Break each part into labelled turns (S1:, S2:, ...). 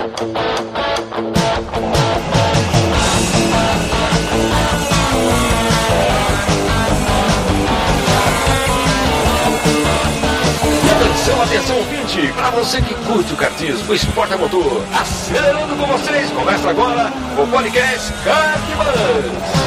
S1: Atenção, ouvinte, para você que curte o kartismo, o esporte a motor, acelerando com vocês, começa agora o podcast Kartbus.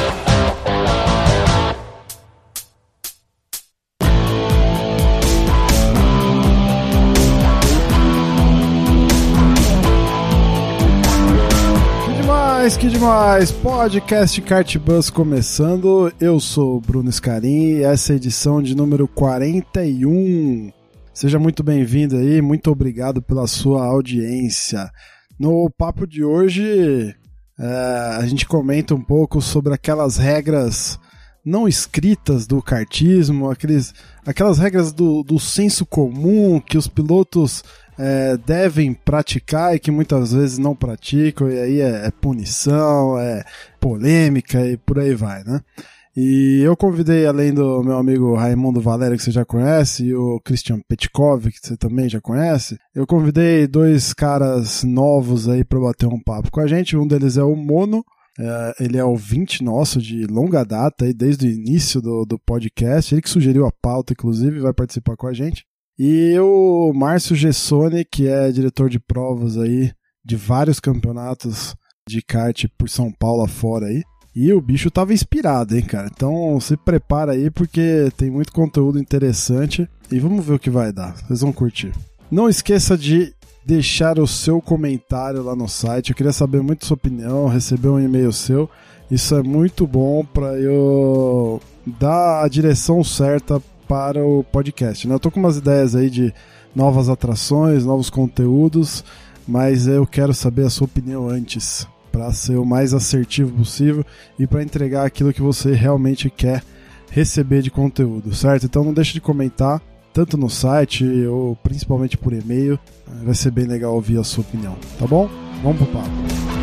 S2: Que demais, podcast Kartbus começando, eu sou o Bruno Scarin e essa é a edição de número 41. Seja muito bem-vindo aí, muito obrigado pela sua audiência. No papo de hoje, a gente comenta um pouco sobre aquelas regras não escritas do kartismo, aquelas regras do senso comum que os pilotos devem praticar e que muitas vezes não praticam, e aí é punição, é polêmica e por aí vai, né? E eu convidei, além do meu amigo Raimundo Valério, que você já conhece, e o Christian Petkov, que você também já conhece, eu convidei dois caras novos aí para bater um papo com a gente. Um deles é o Mono, ele é ouvinte nosso de longa data, aí, desde o início do podcast, ele que sugeriu a pauta, inclusive, vai participar com a gente. E o Márcio Gessoni, que é diretor de provas aí de vários campeonatos de kart por São Paulo afora aí. E o bicho tava inspirado, hein, cara? Então se prepara aí porque tem muito conteúdo interessante e vamos ver o que vai dar. Vocês vão curtir. Não esqueça de deixar o seu comentário lá no site. Eu queria saber muito sua opinião, receber um e-mail seu. Isso é muito bom para eu dar a direção certa para o podcast, né? Eu tô com umas ideias aí de novas atrações, novos conteúdos, mas eu quero saber a sua opinião antes, para ser o mais assertivo possível e para entregar aquilo que você realmente quer receber de conteúdo, certo? Então não deixe de comentar, tanto no site ou principalmente por e-mail, vai ser bem legal ouvir a sua opinião, tá bom? Vamos pro papo.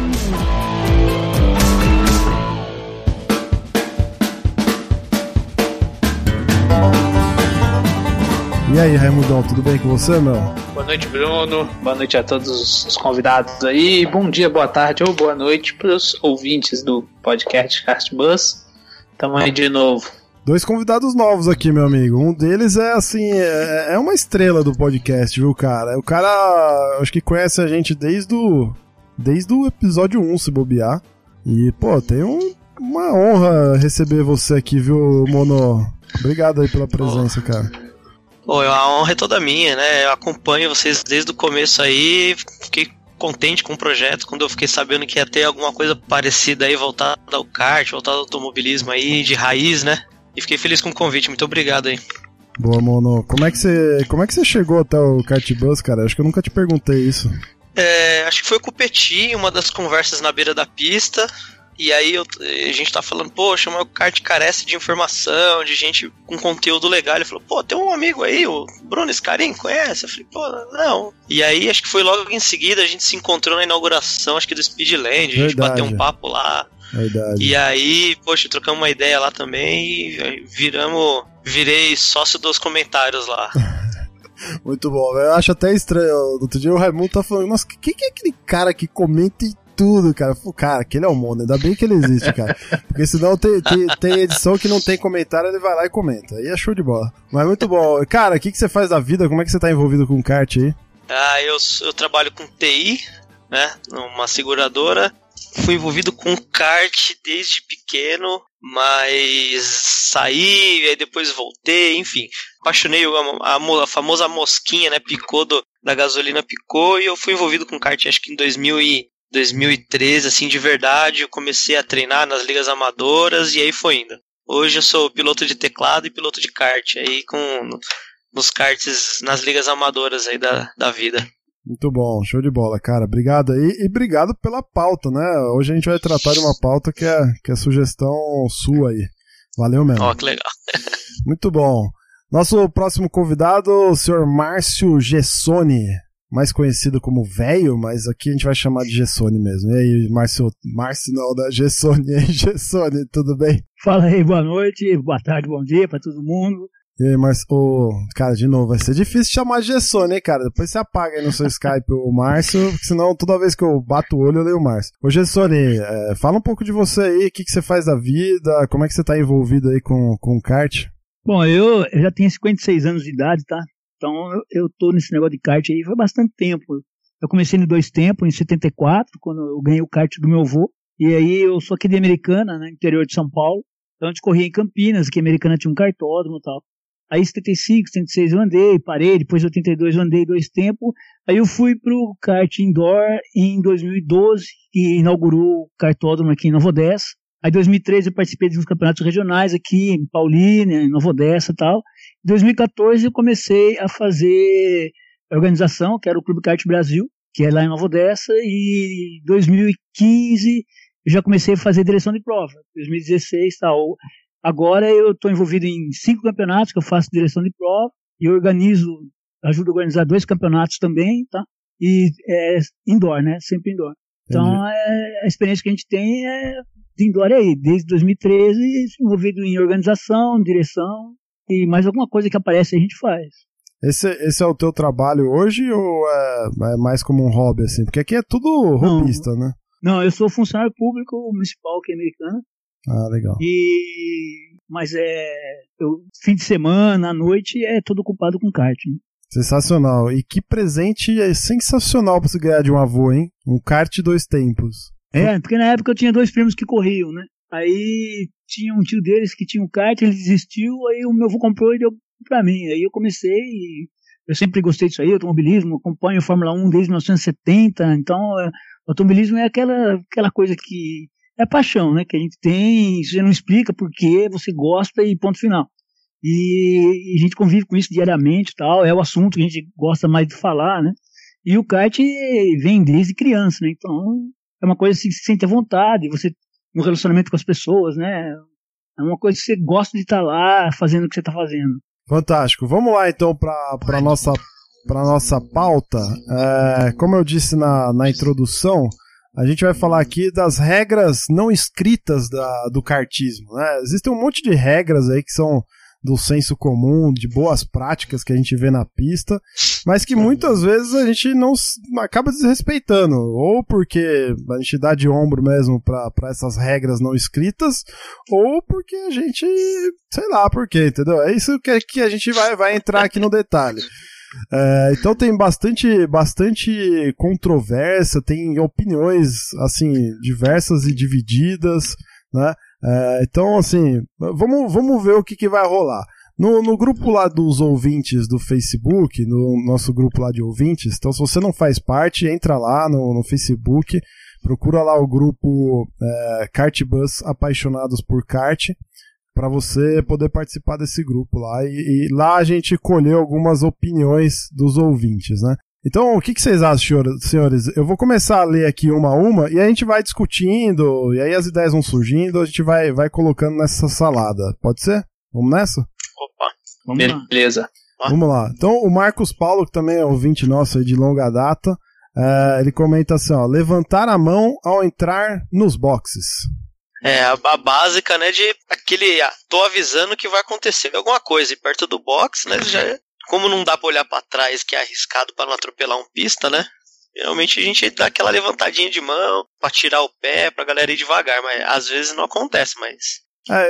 S2: E aí, Raimundão, tudo bem com você, meu?
S3: Boa noite, Bruno. Boa noite a todos os convidados aí. Bom dia, boa tarde ou boa noite para os ouvintes do podcast Kartbus. Tamo aí de novo.
S2: Dois convidados novos aqui, meu amigo. Um deles é, assim, é uma estrela do podcast, viu, cara? O cara, acho que conhece a gente desde o episódio 1, se bobear. E, pô, tem uma honra receber você aqui, viu, Mono? Obrigado aí pela presença, cara.
S4: Pô, a honra é toda minha, né? Eu acompanho vocês desde o começo aí, fiquei contente com o projeto, quando eu fiquei sabendo que ia ter alguma coisa parecida aí, voltada ao kart, voltada ao automobilismo aí, de raiz, né? E fiquei feliz com o convite, muito obrigado aí.
S2: Boa, Mono. Como é que você chegou até o Kartbus, cara? Acho que eu nunca te perguntei isso.
S4: Acho que foi com o Petit, uma das conversas na beira da pista. E aí a gente tá falando, poxa, mas o kart carece de informação, de gente com conteúdo legal. Ele falou, pô, tem um amigo aí, o Bruno Scarin, conhece? Eu falei, pô, não. E aí acho que foi logo em seguida, a gente se encontrou na inauguração, acho que do Speedland, a gente bateu um papo lá.
S2: Verdade.
S4: E aí, poxa, trocamos uma ideia lá também e virei sócio dos comentários lá.
S2: Muito bom, eu acho até estranho. Outro dia o Raimundo tá falando, nossa, quem é aquele cara que comenta em tudo, cara? Cara, aquele é o Mono, ainda bem que ele existe, cara. Porque senão tem edição que não tem comentário, ele vai lá e comenta. Aí é show de bola. Mas muito bom. Cara, o que você faz da vida? Como é que você tá envolvido com kart aí?
S4: Eu trabalho com TI, né, numa seguradora. Fui envolvido com kart desde pequeno, mas saí, aí depois voltei, enfim. Apaixonei a famosa mosquinha, né, picou da gasolina, picou, e eu fui envolvido com kart acho que em 2013, assim, de verdade. Eu comecei a treinar nas ligas amadoras e aí foi indo. Hoje eu sou piloto de teclado e piloto de kart, aí nos karts, nas ligas amadoras aí da vida.
S2: Muito bom, show de bola, cara. Obrigado aí e obrigado pela pauta, né? Hoje a gente vai tratar de uma pauta que é sugestão sua aí. Valeu mesmo.
S4: Ó, que legal.
S2: Muito bom. Nosso próximo convidado, o senhor Márcio Gessoni, mais conhecido como Velho, mas aqui a gente vai chamar de Gessoni mesmo. E aí, Márcio não, né? Gessoni, tudo bem?
S5: Fala aí, boa noite, boa tarde, bom dia pra todo mundo.
S2: E aí, cara, de novo, vai ser difícil chamar Gessone, hein, cara? Depois você apaga aí no seu Skype o Márcio, porque senão toda vez que eu bato o olho eu leio o Márcio. Ô, Gessone, fala um pouco de você aí, o que você faz da vida, como é que você tá envolvido aí com o kart?
S5: Bom, eu já tenho 56 anos de idade, tá? Então eu tô nesse negócio de kart aí faz bastante tempo. Eu comecei no 2 tempos, em 74, quando eu ganhei o kart do meu avô. E aí eu sou aqui de Americana, né, interior de São Paulo. Então a gente corria em Campinas, que Americana tinha um kartódromo e tal. Aí em 75, 76 eu andei, parei, depois em 82 eu andei 2 tempos. Aí eu fui pro kart indoor em 2012, que inaugurou o kartódromo aqui em Nova Odessa. Aí em 2013 eu participei de uns campeonatos regionais aqui em Paulínia, em Nova Odessa e tal. Em 2014 eu comecei a fazer a organização, que era o Clube Kart Brasil, que é lá em Nova Odessa. E em 2015 eu já comecei a fazer direção de prova. 2016 e tal. Agora eu estou envolvido em 5 campeonatos que eu faço direção de prova e ajudo a organizar 2 campeonatos também, tá? E é indoor, né? Sempre indoor. Então a experiência que a gente tem de indoor aí, desde 2013, envolvido em organização, direção e mais alguma coisa que aparece a gente faz.
S2: Esse é o teu trabalho hoje ou é mais como um hobby, assim? Porque aqui é tudo robista, né?
S5: Não, eu sou funcionário público municipal aqui em Americana.
S2: Ah, legal.
S5: Mas fim de semana, à noite, é todo ocupado com kart, né?
S2: Sensacional. E que presente sensacional pra você ganhar de um avô, hein? Um kart 2 tempos.
S5: Porque na época eu tinha 2 primos que corriam, né? Aí tinha um tio deles que tinha um kart, ele desistiu, aí o meu avô comprou e deu pra mim. Aí eu comecei e eu sempre gostei disso aí, automobilismo, acompanho a Fórmula 1 desde 1970, então automobilismo é aquela coisa que é paixão, né? Que a gente tem, você não explica por quê, você gosta e ponto final. E a gente convive com isso diariamente e tal, é o assunto que a gente gosta mais de falar, né? E o kart vem desde criança, né? Então é uma coisa que se sente à vontade, você no relacionamento com as pessoas, né? É uma coisa que você gosta de estar lá fazendo o que você está fazendo.
S2: Fantástico. Vamos lá então para nossa pauta. Como eu disse na introdução, a gente vai falar aqui das regras não escritas do kartismo, né? Existem um monte de regras aí que são do senso comum, de boas práticas que a gente vê na pista, mas que muitas vezes a gente não acaba desrespeitando, ou porque a gente dá de ombro mesmo para essas regras não escritas, ou porque a gente, sei lá por quê, entendeu? É isso que a gente vai entrar aqui no detalhe. Então tem bastante controvérsia, tem opiniões assim diversas e divididas, né? Então assim, vamos ver o que vai rolar. No grupo lá dos ouvintes do Facebook, no nosso grupo lá de ouvintes, então se você não faz parte, entra lá no Facebook, procura lá o grupo Kart Bus Apaixonados por Kart, para você poder participar desse grupo lá, e lá a gente colheu algumas opiniões dos ouvintes, né? Então, o que vocês acham, senhores? Eu vou começar a ler aqui uma a uma, e a gente vai discutindo, e aí as ideias vão surgindo, a gente vai colocando nessa salada. Pode ser? Vamos nessa?
S4: Opa,
S3: Beleza.
S2: Vamos lá. Então, o Marcos Paulo, que também é ouvinte nosso aí de longa data, ele comenta assim, ó, levantar a mão ao entrar nos boxes.
S4: A básica, né, de tô avisando que vai acontecer alguma coisa, e perto do box, né, como não dá pra olhar pra trás, que é arriscado pra não atropelar um pista, né, geralmente a gente dá aquela levantadinha de mão pra tirar o pé, pra galera ir devagar, mas às vezes não acontece, mas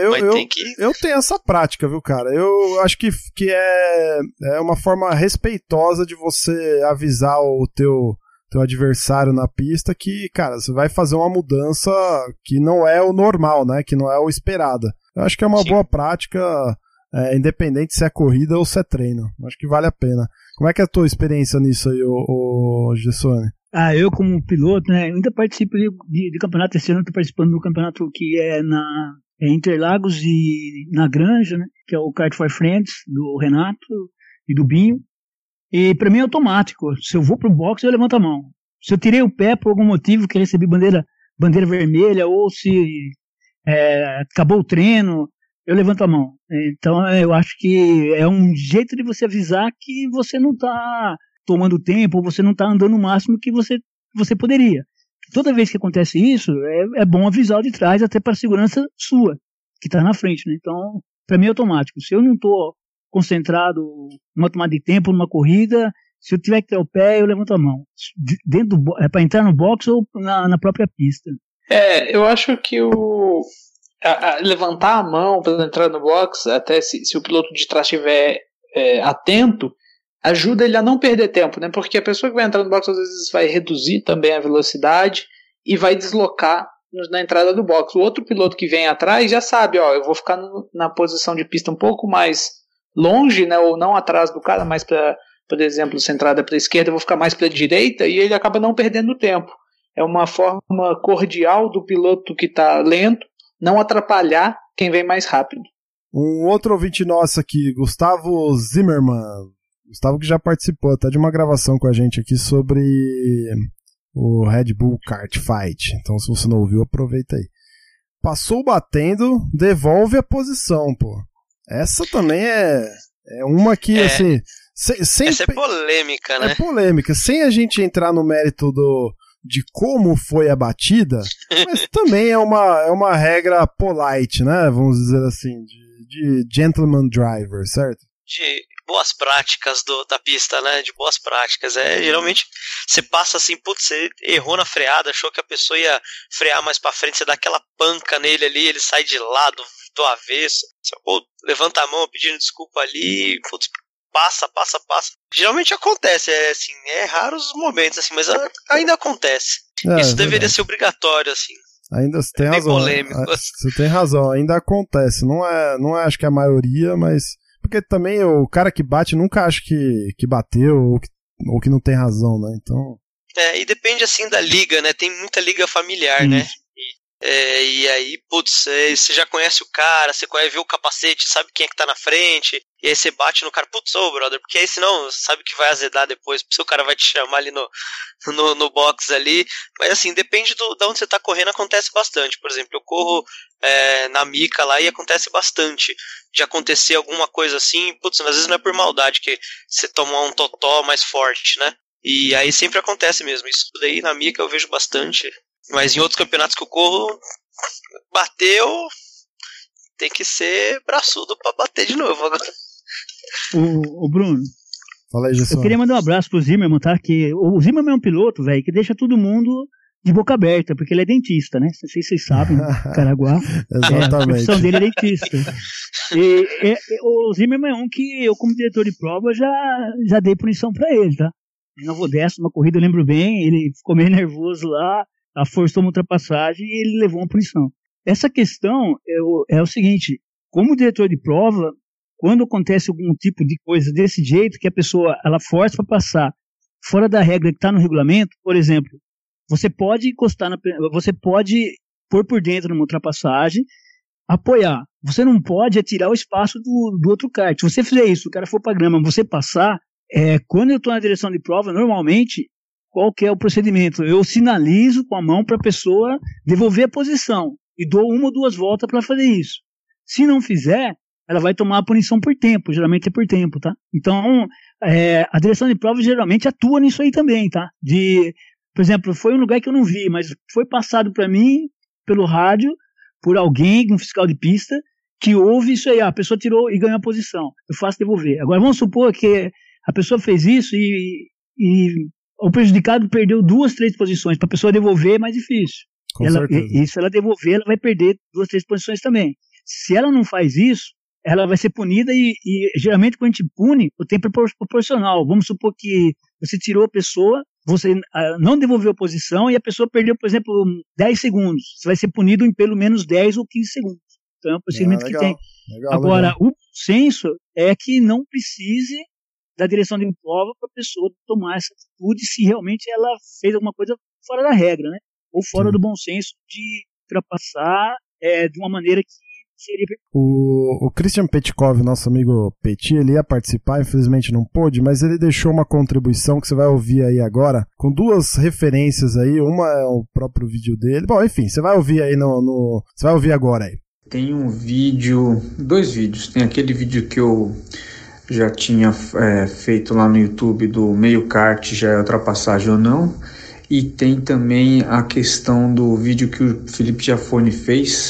S2: eu tenho essa prática, viu, cara? Eu acho que é uma forma respeitosa de você avisar o teu adversário na pista que, cara, você vai fazer uma mudança que não é o normal, né? Que não é o esperado. Eu acho que é uma boa prática, independente se é corrida ou se é treino. Acho que vale a pena. Como é que é a tua experiência nisso aí, ô Gessone?
S5: Eu como piloto, né, ainda participo de campeonato. Esse ano eu tô participando do campeonato que é em Interlagos e na Granja, né? Que é o Kart for Friends, do Renato e do Binho. E pra mim é automático. Se eu vou pro box, eu levanto a mão. Se eu tirei o pé por algum motivo, que recebi bandeira vermelha, ou se acabou o treino, eu levanto a mão. Então eu acho que é um jeito de você avisar que você não tá tomando tempo, ou você não tá andando o máximo que você poderia. Toda vez que acontece isso, é bom avisar o de trás, até para a segurança sua, que tá na frente, né? Então, pra mim é automático. Se eu não tô concentrado numa tomada de tempo, numa corrida, se eu tiver que ter o pé, eu levanto a mão. É para entrar no box ou na própria pista?
S3: Eu acho que levantar a mão para entrar no box, até se o piloto de trás estiver atento, ajuda ele a não perder tempo, né? Porque a pessoa que vai entrar no box às vezes vai reduzir também a velocidade e vai deslocar na entrada do box. O outro piloto que vem atrás já sabe, eu vou ficar na posição de pista um pouco mais longe, né? Ou não atrás do cara, mais para, por exemplo, se a entrada para a esquerda, eu vou ficar mais para a direita, e ele acaba não perdendo tempo. É uma forma cordial do piloto que está lento não atrapalhar quem vem mais rápido.
S2: Um outro ouvinte nosso aqui, Gustavo Zimmermann. Gustavo que já participou até de uma gravação com a gente aqui sobre o Red Bull Kart Fight. Então, se você não ouviu, aproveita aí. Passou batendo, devolve a posição, pô. Essa também é uma que, assim...
S4: Essa é polêmica, né?
S2: É polêmica. Sem a gente entrar no mérito de como foi a batida, mas também é uma regra polite, né? Vamos dizer assim, de gentleman driver, certo?
S4: De boas práticas da pista, né? De boas práticas. Geralmente você passa assim, putz, você errou na freada, achou que a pessoa ia frear mais pra frente, você dá aquela panca nele ali, ele sai de lado, do avesso. Você, levanta a mão pedindo desculpa ali, putz, passa. Geralmente acontece, assim, raros os momentos, assim, mas ainda acontece. Isso deveria ser obrigatório, assim.
S2: Ainda você tem razão.
S4: Polêmico.
S2: Você tem razão, ainda acontece. Não é acho que a maioria, mas... Porque também o cara que bate nunca acha que bateu ou que não tem razão, né? Então...
S4: E depende, assim, da liga, né? Tem muita liga familiar, né? E aí, putz, você já conhece o cara, você vê o capacete, sabe quem é que tá na frente, e aí você bate no cara, putz, brother, porque aí senão sabe que vai azedar depois, porque o cara vai te chamar ali no box ali, mas assim, depende de onde você tá correndo, acontece bastante. Por exemplo, eu corro na mica lá e acontece bastante de acontecer alguma coisa assim, putz, às vezes não é por maldade que você toma um totó mais forte, né? E aí sempre acontece mesmo, isso daí na mica eu vejo bastante. Mas em outros campeonatos que eu corro, bateu, tem que ser braçudo pra bater de novo agora.
S5: O Bruno,
S2: fala aí, Gesson.
S5: Eu queria mandar um abraço pro Zimmermann, tá? Que o Zimmermann é um piloto, velho, que deixa todo mundo de boca aberta, porque ele é dentista, né? Não sei se vocês sabem, Caraguá.
S2: Exatamente.
S5: A profissão dele é dentista. O Zimmermann é um que eu, como diretor de prova, já dei punição pra ele, tá? Na Vodesta, uma corrida, eu lembro bem, ele ficou meio nervoso lá, forçou uma ultrapassagem e ele levou uma punição. Essa questão é o seguinte, como diretor de prova, quando acontece algum tipo de coisa desse jeito, que a pessoa ela força para passar fora da regra que está no regulamento, por exemplo, você pode encostar, você pode pôr por dentro numa ultrapassagem, apoiar. Você não pode tirar o espaço do outro kart. Se você fizer isso, o cara for para grama, você passar, quando eu estou na direção de prova, normalmente, qual que é o procedimento? Eu sinalizo com a mão para a pessoa devolver a posição e dou uma ou duas voltas para fazer isso. Se não fizer, ela vai tomar a punição por tempo, geralmente é por tempo, tá? Então, a direção de prova geralmente atua nisso aí também, tá? Por exemplo, foi um lugar que eu não vi, mas foi passado para mim pelo rádio, por alguém, um fiscal de pista, que ouve isso aí, a pessoa tirou e ganhou a posição. Eu faço devolver. Agora, vamos supor que a pessoa fez isso e o prejudicado perdeu 2, 3 posições. Para a pessoa devolver é mais difícil. Se ela devolver, ela vai perder 2, 3 posições também. Se ela não faz isso, ela vai ser punida e geralmente quando a gente pune, o tempo é proporcional. Vamos supor que você tirou a pessoa, você não devolveu a posição e a pessoa perdeu, por exemplo, 10 segundos. Você vai ser punido em pelo menos 10 ou 15 segundos. Então é um procedimento que tem. Agora, o senso é que não precise da direção de prova para a pessoa tomar essa atitude se realmente ela fez alguma coisa fora da regra, né? Ou fora do bom senso de ultrapassar de uma maneira que seria...
S2: O Christian Petkov, nosso amigo Petit, ele ia participar, infelizmente não pôde, mas ele deixou uma contribuição que você vai ouvir aí agora, com 2 referências aí, uma é o próprio vídeo dele, bom, enfim, você vai ouvir aí você vai ouvir agora aí.
S6: Tem um vídeo, 2 vídeos, tem aquele vídeo que eu já tinha feito lá no YouTube do meio kart, já é ultrapassagem ou não, e tem também a questão do vídeo que o Felipe Giafone fez,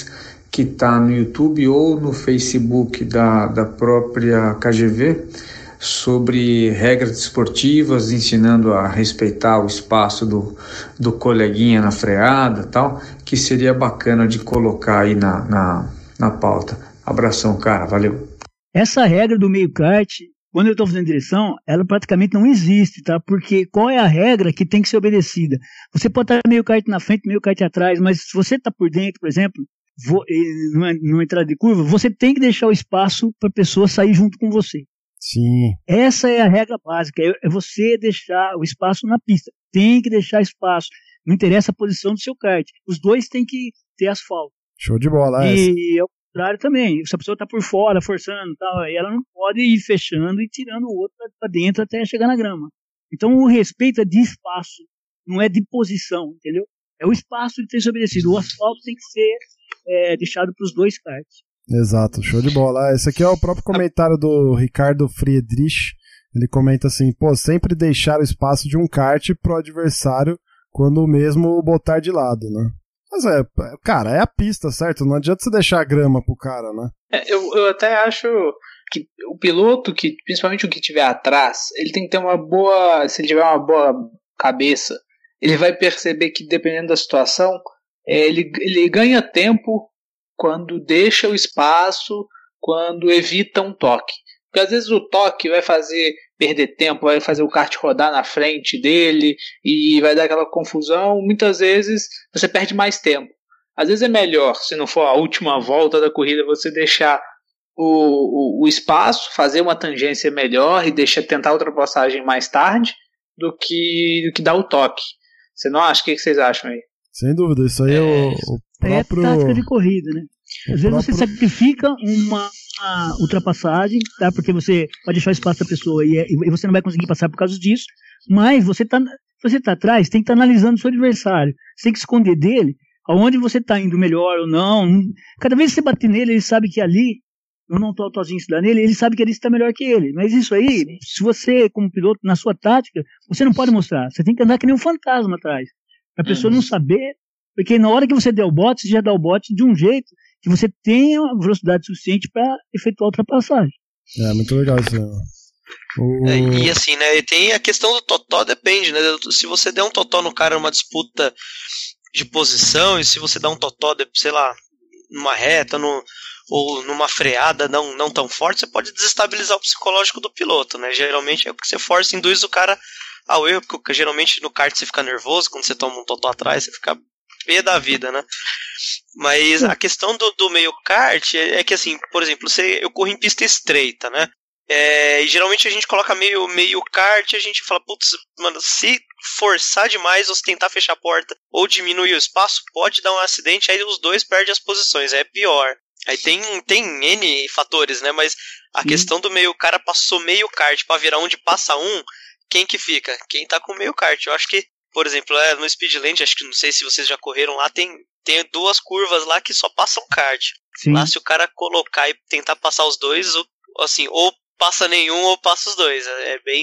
S6: que está no YouTube ou no Facebook da própria KGV, sobre regras desportivas, ensinando a respeitar o espaço do coleguinha na freada e tal, que seria bacana de colocar aí na pauta. Abração, cara, valeu.
S5: Essa regra do meio kart, quando eu estou fazendo direção, ela praticamente não existe, tá? Porque qual é a regra que tem que ser obedecida? Você pode estar meio kart na frente, meio kart atrás, mas se você está por dentro, por exemplo, numa entrada de curva, você tem que deixar o espaço para a pessoa sair junto com você.
S2: Sim.
S5: Essa é a regra básica, é você deixar o espaço na pista. Tem que deixar espaço. Não interessa a posição do seu kart. Os dois têm que ter asfalto.
S2: Show de bola.
S5: E ao contrário também. Se a pessoa está por fora, forçando, tal, aí ela não pode ir fechando e tirando o outro para dentro até chegar na grama. Então o respeito é de espaço, não é de posição, entendeu? É o espaço que tem que ser obedecido. O asfalto tem que ser deixado para os dois karts.
S2: Exato, show de bola. Esse aqui é o próprio comentário do Ricardo Friedrich. Ele comenta assim, sempre deixar o espaço de um kart pro adversário quando o mesmo botar de lado, né? Mas cara, é a pista, certo? Não adianta você deixar a grama pro cara, né?
S3: Eu até acho que o piloto, principalmente o que tiver atrás, ele tem que ter uma boa... Se ele tiver uma boa cabeça, ele vai perceber que, dependendo da situação, ele ganha tempo quando deixa o espaço, quando evita um toque. Porque às vezes o toque vai fazer perder tempo, vai fazer o kart rodar na frente dele e vai dar aquela confusão. Muitas vezes você perde mais tempo. Às vezes é melhor, se não for a última volta da corrida, você deixar o espaço, fazer uma tangência melhor e tentar a ultrapassagem mais tarde do que dar o toque. Você não acha? O que vocês acham aí?
S2: Sem dúvida, isso aí é o próprio...
S5: É tática de corrida, né? Às vezes você sacrifica uma ultrapassagem, tá? Porque você pode deixar espaço da pessoa e você não vai conseguir passar por causa disso, mas você tá atrás, tem que estar analisando o seu adversário. Você tem que esconder dele aonde você está indo melhor ou não. Cada vez que você bater nele, ele sabe que ali, eu não estou tozinho estudando nele, ele sabe que ali está melhor que ele. Mas isso aí, se você, como piloto, na sua tática, você não pode mostrar. Você tem que andar que nem um fantasma atrás. A pessoa não saber, porque na hora que você der o bote, você já dá o bote de um jeito que você tenha velocidade suficiente para efetuar a ultrapassagem.
S2: Muito legal isso.
S4: E assim, né, tem a questão do totó, depende, né, se você der um totó no cara numa disputa de posição, e se você dá um totó, sei lá, numa reta, ou numa freada não tão forte, você pode desestabilizar o psicológico do piloto, né, geralmente é o que você força, induz o cara ao erro, porque geralmente no kart você fica nervoso, quando você toma um totó atrás, você fica pé da vida, né? Mas a questão do meio kart é que, assim, por exemplo, eu corro em pista estreita, né? E geralmente a gente coloca meio kart e a gente fala, putz, mano, se forçar demais ou se tentar fechar a porta ou diminuir o espaço, pode dar um acidente, aí os dois perdem as posições, é pior. Aí tem N fatores, né? Mas a questão do meio, o cara passou meio kart pra virar onde passa um, quem que fica? Quem tá com meio kart. Eu acho que, por exemplo, no Speedland, acho que não sei se vocês já correram lá, tem 2 curvas lá que só passam kart. Sim. Lá se o cara colocar e tentar passar os dois, assim, ou passa nenhum ou passa os dois. É bem...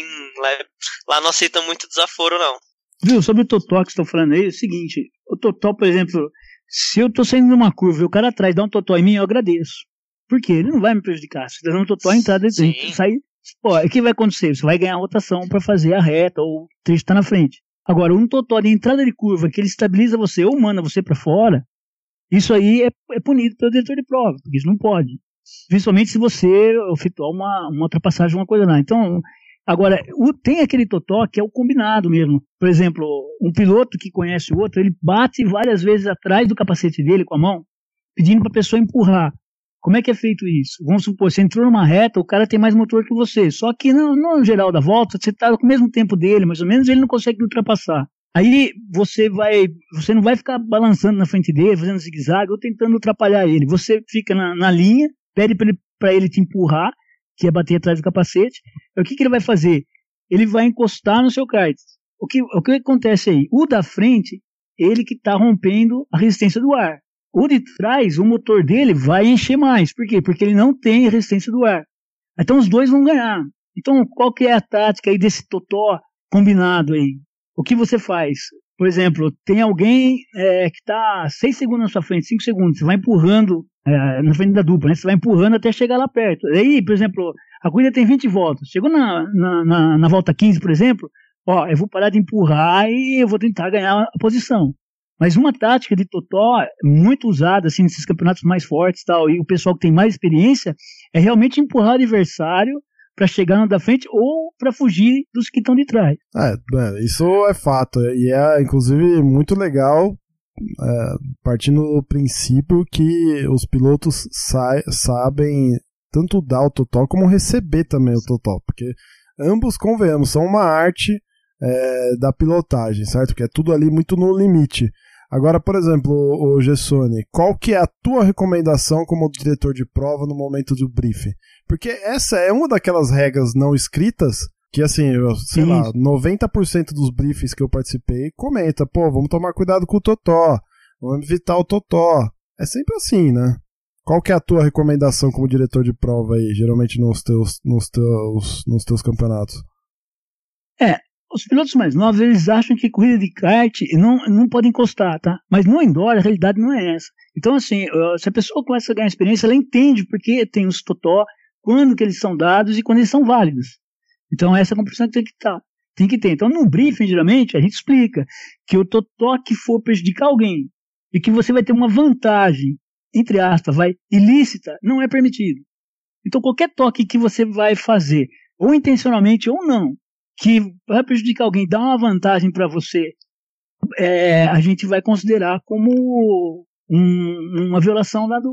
S4: Lá não aceita muito desaforo, não.
S5: Viu, sobre o totó que estão falando aí, é o seguinte, o totó, por exemplo, se eu tô saindo numa curva e o cara atrás dá um totó em mim, eu agradeço. Por quê? Ele não vai me prejudicar. Se der um totó, a entrada dele sai... Pô, o que vai acontecer? Você vai ganhar rotação para fazer a reta ou o trecho está na frente. Agora, um totó de entrada de curva que ele estabiliza você ou manda você para fora, isso aí é punido pelo diretor de prova, porque isso não pode. Principalmente se você efetuar uma ultrapassagem, uma coisa lá. Então, agora, tem aquele totó que é o combinado mesmo. Por exemplo, um piloto que conhece o outro, ele bate várias vezes atrás do capacete dele com a mão, pedindo para a pessoa empurrar. Como é que é feito isso? Vamos supor, você entrou numa reta, o cara tem mais motor que você, só que no geral da volta, você está com o mesmo tempo dele, mais ou menos, ele não consegue ultrapassar. Aí você não vai ficar balançando na frente dele, fazendo zigue-zague ou tentando atrapalhar ele. Você fica na linha, pede para ele te empurrar, que é bater atrás do capacete. O que ele vai fazer? Ele vai encostar no seu kart. O que acontece aí? O da frente, ele que está rompendo a resistência do ar. O de trás, o motor dele vai encher mais. Por quê? Porque ele não tem resistência do ar. Então os dois vão ganhar. Então qual que é a tática aí desse totó combinado aí? O que você faz? Por exemplo, tem alguém que está 6 segundos na sua frente, 5 segundos, você vai empurrando na frente da dupla, né? Você vai empurrando até chegar lá perto. Aí, por exemplo, a corrida tem 20 voltas. Chegou na volta 15, por exemplo, eu vou parar de empurrar e eu vou tentar ganhar a posição. Mas uma tática de totó muito usada assim, nesses campeonatos mais fortes e tal, e o pessoal que tem mais experiência, é realmente empurrar o adversário para chegar na da frente ou para fugir dos que estão de trás.
S2: Isso é fato. E é, inclusive, muito legal, partindo do princípio que os pilotos sabem tanto dar o totó como receber também o totó, porque ambos, convenhamos, são uma arte da pilotagem, certo? Que é tudo ali muito no limite. Agora, por exemplo, o Gessone, qual que é a tua recomendação como diretor de prova no momento do briefing? Porque essa é uma daquelas regras não escritas que, assim, sei lá, 90% dos briefings que eu participei comenta, vamos tomar cuidado com o totó, vamos evitar o totó. É sempre assim, né? Qual que é a tua recomendação como diretor de prova aí, geralmente nos teus campeonatos?
S5: Os pilotos mais novos, eles acham que corrida de kart não pode encostar, tá? Mas no indoor, a realidade não é essa. Então, assim, se a pessoa começa a ganhar experiência, ela entende porque tem os totó, quando que eles são dados e quando eles são válidos. Então, essa é a compreensão que tem que ter. Então, no briefing, geralmente, a gente explica que o totó que for prejudicar alguém e que você vai ter uma vantagem, entre aspas, ilícita, não é permitido. Então, qualquer toque que você vai fazer, ou intencionalmente ou não, que vai prejudicar alguém, dar uma vantagem para você, a gente vai considerar como uma violação lá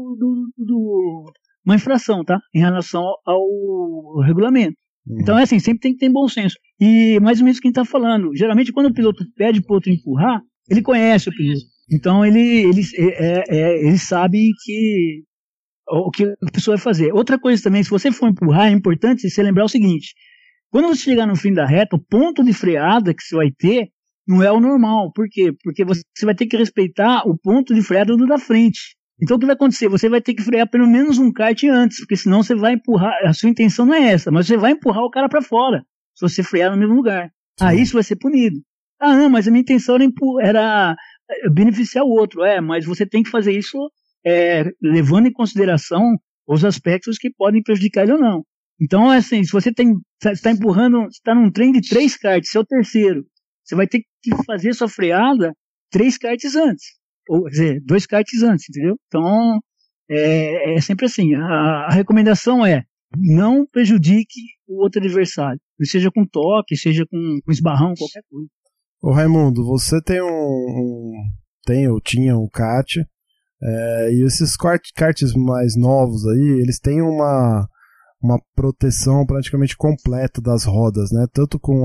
S5: uma infração, tá? Em relação ao regulamento. Então é assim, sempre tem que ter bom senso. E mais ou menos o que a gente tá falando, geralmente quando o piloto pede pro outro empurrar, ele conhece o piloto. Então ele sabe o que a pessoa vai fazer. Outra coisa também, se você for empurrar, é importante você lembrar o seguinte: quando você chegar no fim da reta, o ponto de freada que você vai ter não é o normal. Por quê? Porque você vai ter que respeitar o ponto de freada do da frente. Então o que vai acontecer? Você vai ter que frear pelo menos um kart antes, porque senão você vai empurrar, a sua intenção não é essa, mas você vai empurrar o cara para fora, se você frear no mesmo lugar. Aí isso vai ser punido. Não, mas a minha intenção era beneficiar o outro. Mas você tem que fazer isso levando em consideração os aspectos que podem prejudicar ele ou não. Então, assim, se você está empurrando, está num trem de 3 karts, você é o terceiro, você vai ter que fazer sua freada 3 karts antes, ou quer dizer, 2 karts antes, entendeu? Então, é sempre assim, a recomendação é não prejudique o outro adversário, seja com toque, seja com esbarrão, qualquer coisa.
S2: Ô Raimundo, você tinha um kart, e esses karts mais novos aí, eles têm uma proteção praticamente completa das rodas, né? Tanto com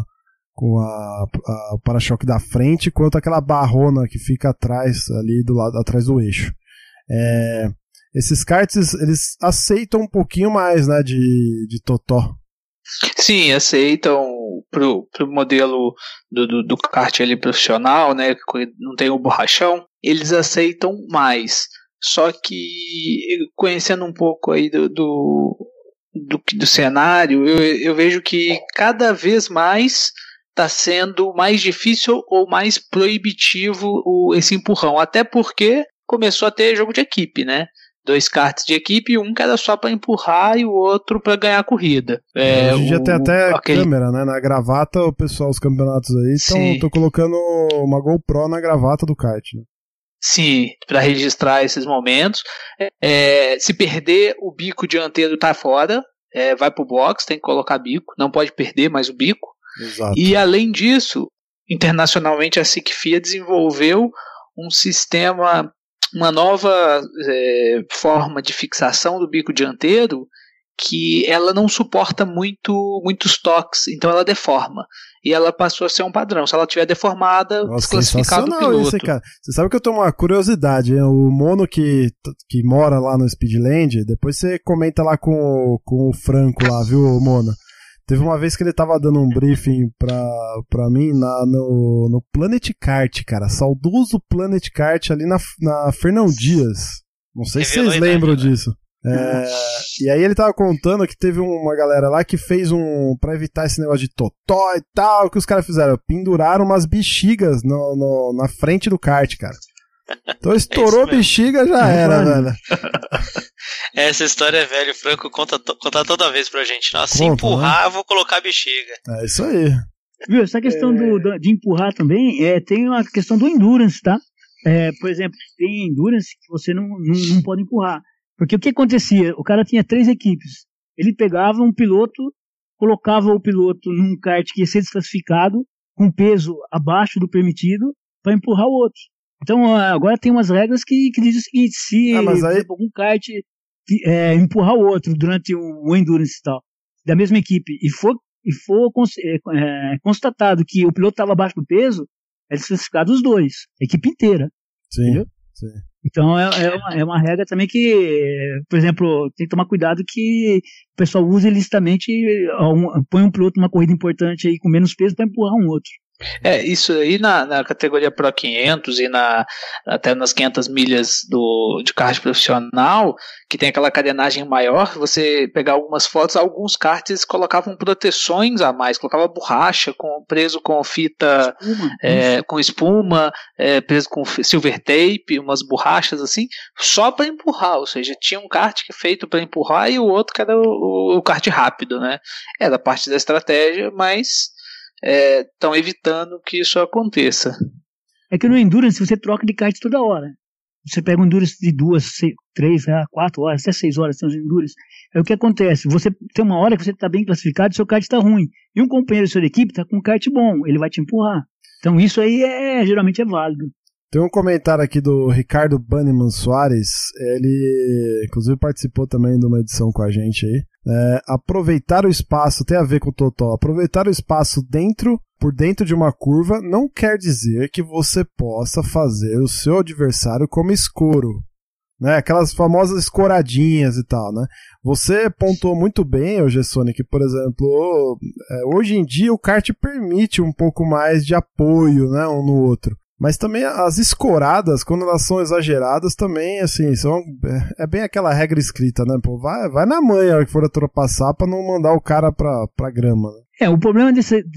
S2: o para-choque da frente, quanto aquela barrona que fica atrás, ali do lado, atrás do eixo. Esses karts, eles aceitam um pouquinho mais, né, de totó.
S3: Sim, aceitam pro modelo do kart ali profissional, né, que não tem o borrachão, eles aceitam mais. Só que, conhecendo um pouco aí do cenário, eu vejo que cada vez mais está sendo mais difícil ou mais proibitivo esse empurrão, até porque começou a ter jogo de equipe, né? 2 karts de equipe, um que era só para empurrar e o outro para ganhar a corrida.
S2: Hoje em dia tem até câmera, né? Na gravata, o pessoal, os campeonatos aí estão colocando uma GoPro na gravata do kart, né?
S3: Sim, para registrar esses momentos. Se perder, o bico dianteiro tá fora, vai pro box, tem que colocar bico, não pode perder mais o bico.
S2: Exato.
S3: E além disso, internacionalmente a SICFIA desenvolveu um sistema, uma nova forma de fixação do bico dianteiro, que ela não suporta muitos toques, então ela deforma. E ela passou a ser um padrão. Se ela estiver deformada, desclassificado o piloto.
S2: Isso aí, cara. Você sabe que eu tenho uma curiosidade, hein? O Mono que mora lá no Speedland, depois você comenta lá com o Franco lá, viu, Mono? Teve uma vez que ele tava dando um briefing pra mim no Planet Kart, cara. Saudoso Planet Kart ali na Fernão Dias. Não sei se vocês lembram disso. E aí ele tava contando que teve uma galera lá que fez pra evitar esse negócio de totó e tal, o que os caras fizeram? Penduraram umas bexigas na frente do kart, cara. Então estourou a bexiga, já era, velho.
S4: Essa história é velha, o Franco conta toda vez pra gente. Nossa, se
S2: Conta,
S4: empurrar, eu vou colocar a bexiga.
S2: É isso aí.
S5: Viu, essa questão de empurrar também, tem uma questão do endurance, tá? Por exemplo, tem endurance que você não pode empurrar. Porque o que acontecia? O cara tinha 3 equipes. Ele pegava um piloto, colocava o piloto num kart que ia ser desclassificado, com peso abaixo do permitido, para empurrar o outro. Então agora tem umas regras que dizem o seguinte: se
S2: por exemplo,
S5: algum kart empurrar o outro durante o endurance e tal, da mesma equipe, e for constatado que o piloto estava abaixo do peso, é desclassificado os dois, a equipe inteira.
S2: Sim,
S5: entendeu?
S2: sim.
S5: Então é uma regra também que, por exemplo, tem que tomar cuidado que o pessoal usa ilicitamente, põe um piloto numa corrida importante aí com menos peso para empurrar um outro.
S3: Isso aí na categoria Pro 500 e até nas 500 milhas de kart profissional, que tem aquela carenagem maior, você pegar algumas fotos, alguns karts colocavam proteções a mais, colocava borracha preso com fita, com espuma, preso com silver tape, umas borrachas assim, só para empurrar, ou seja, tinha um kart que é feito para empurrar e o outro que era o kart rápido, né? Era parte da estratégia, mas estão evitando que isso aconteça.
S5: É que no Endurance você troca de kart toda hora. Você pega um Endurance de 2, 3, 4 horas, até 6 horas tem os Endurance. É o que acontece. Você tem uma hora que você está bem classificado e seu kart está ruim. E um companheiro da sua equipe está com um kart bom, ele vai te empurrar. Então isso aí geralmente é válido.
S2: Tem um comentário aqui do Ricardo Banniman Soares, ele inclusive participou também de uma edição com a gente aí. Aproveitar o espaço, tem a ver com o Totó, aproveitar o espaço por dentro de uma curva não quer dizer que você possa fazer o seu adversário como escoro, né? Aquelas famosas escoradinhas e tal, né? Você pontuou muito bem, Gessone, que, por exemplo, hoje em dia o kart permite um pouco mais de apoio, né, um no outro. Mas também as escoradas, quando elas são exageradas, também, assim, é bem aquela regra escrita, né? Pô, vai na manha a hora que for ultrapassar pra não mandar o cara pra grama, né?
S5: O problema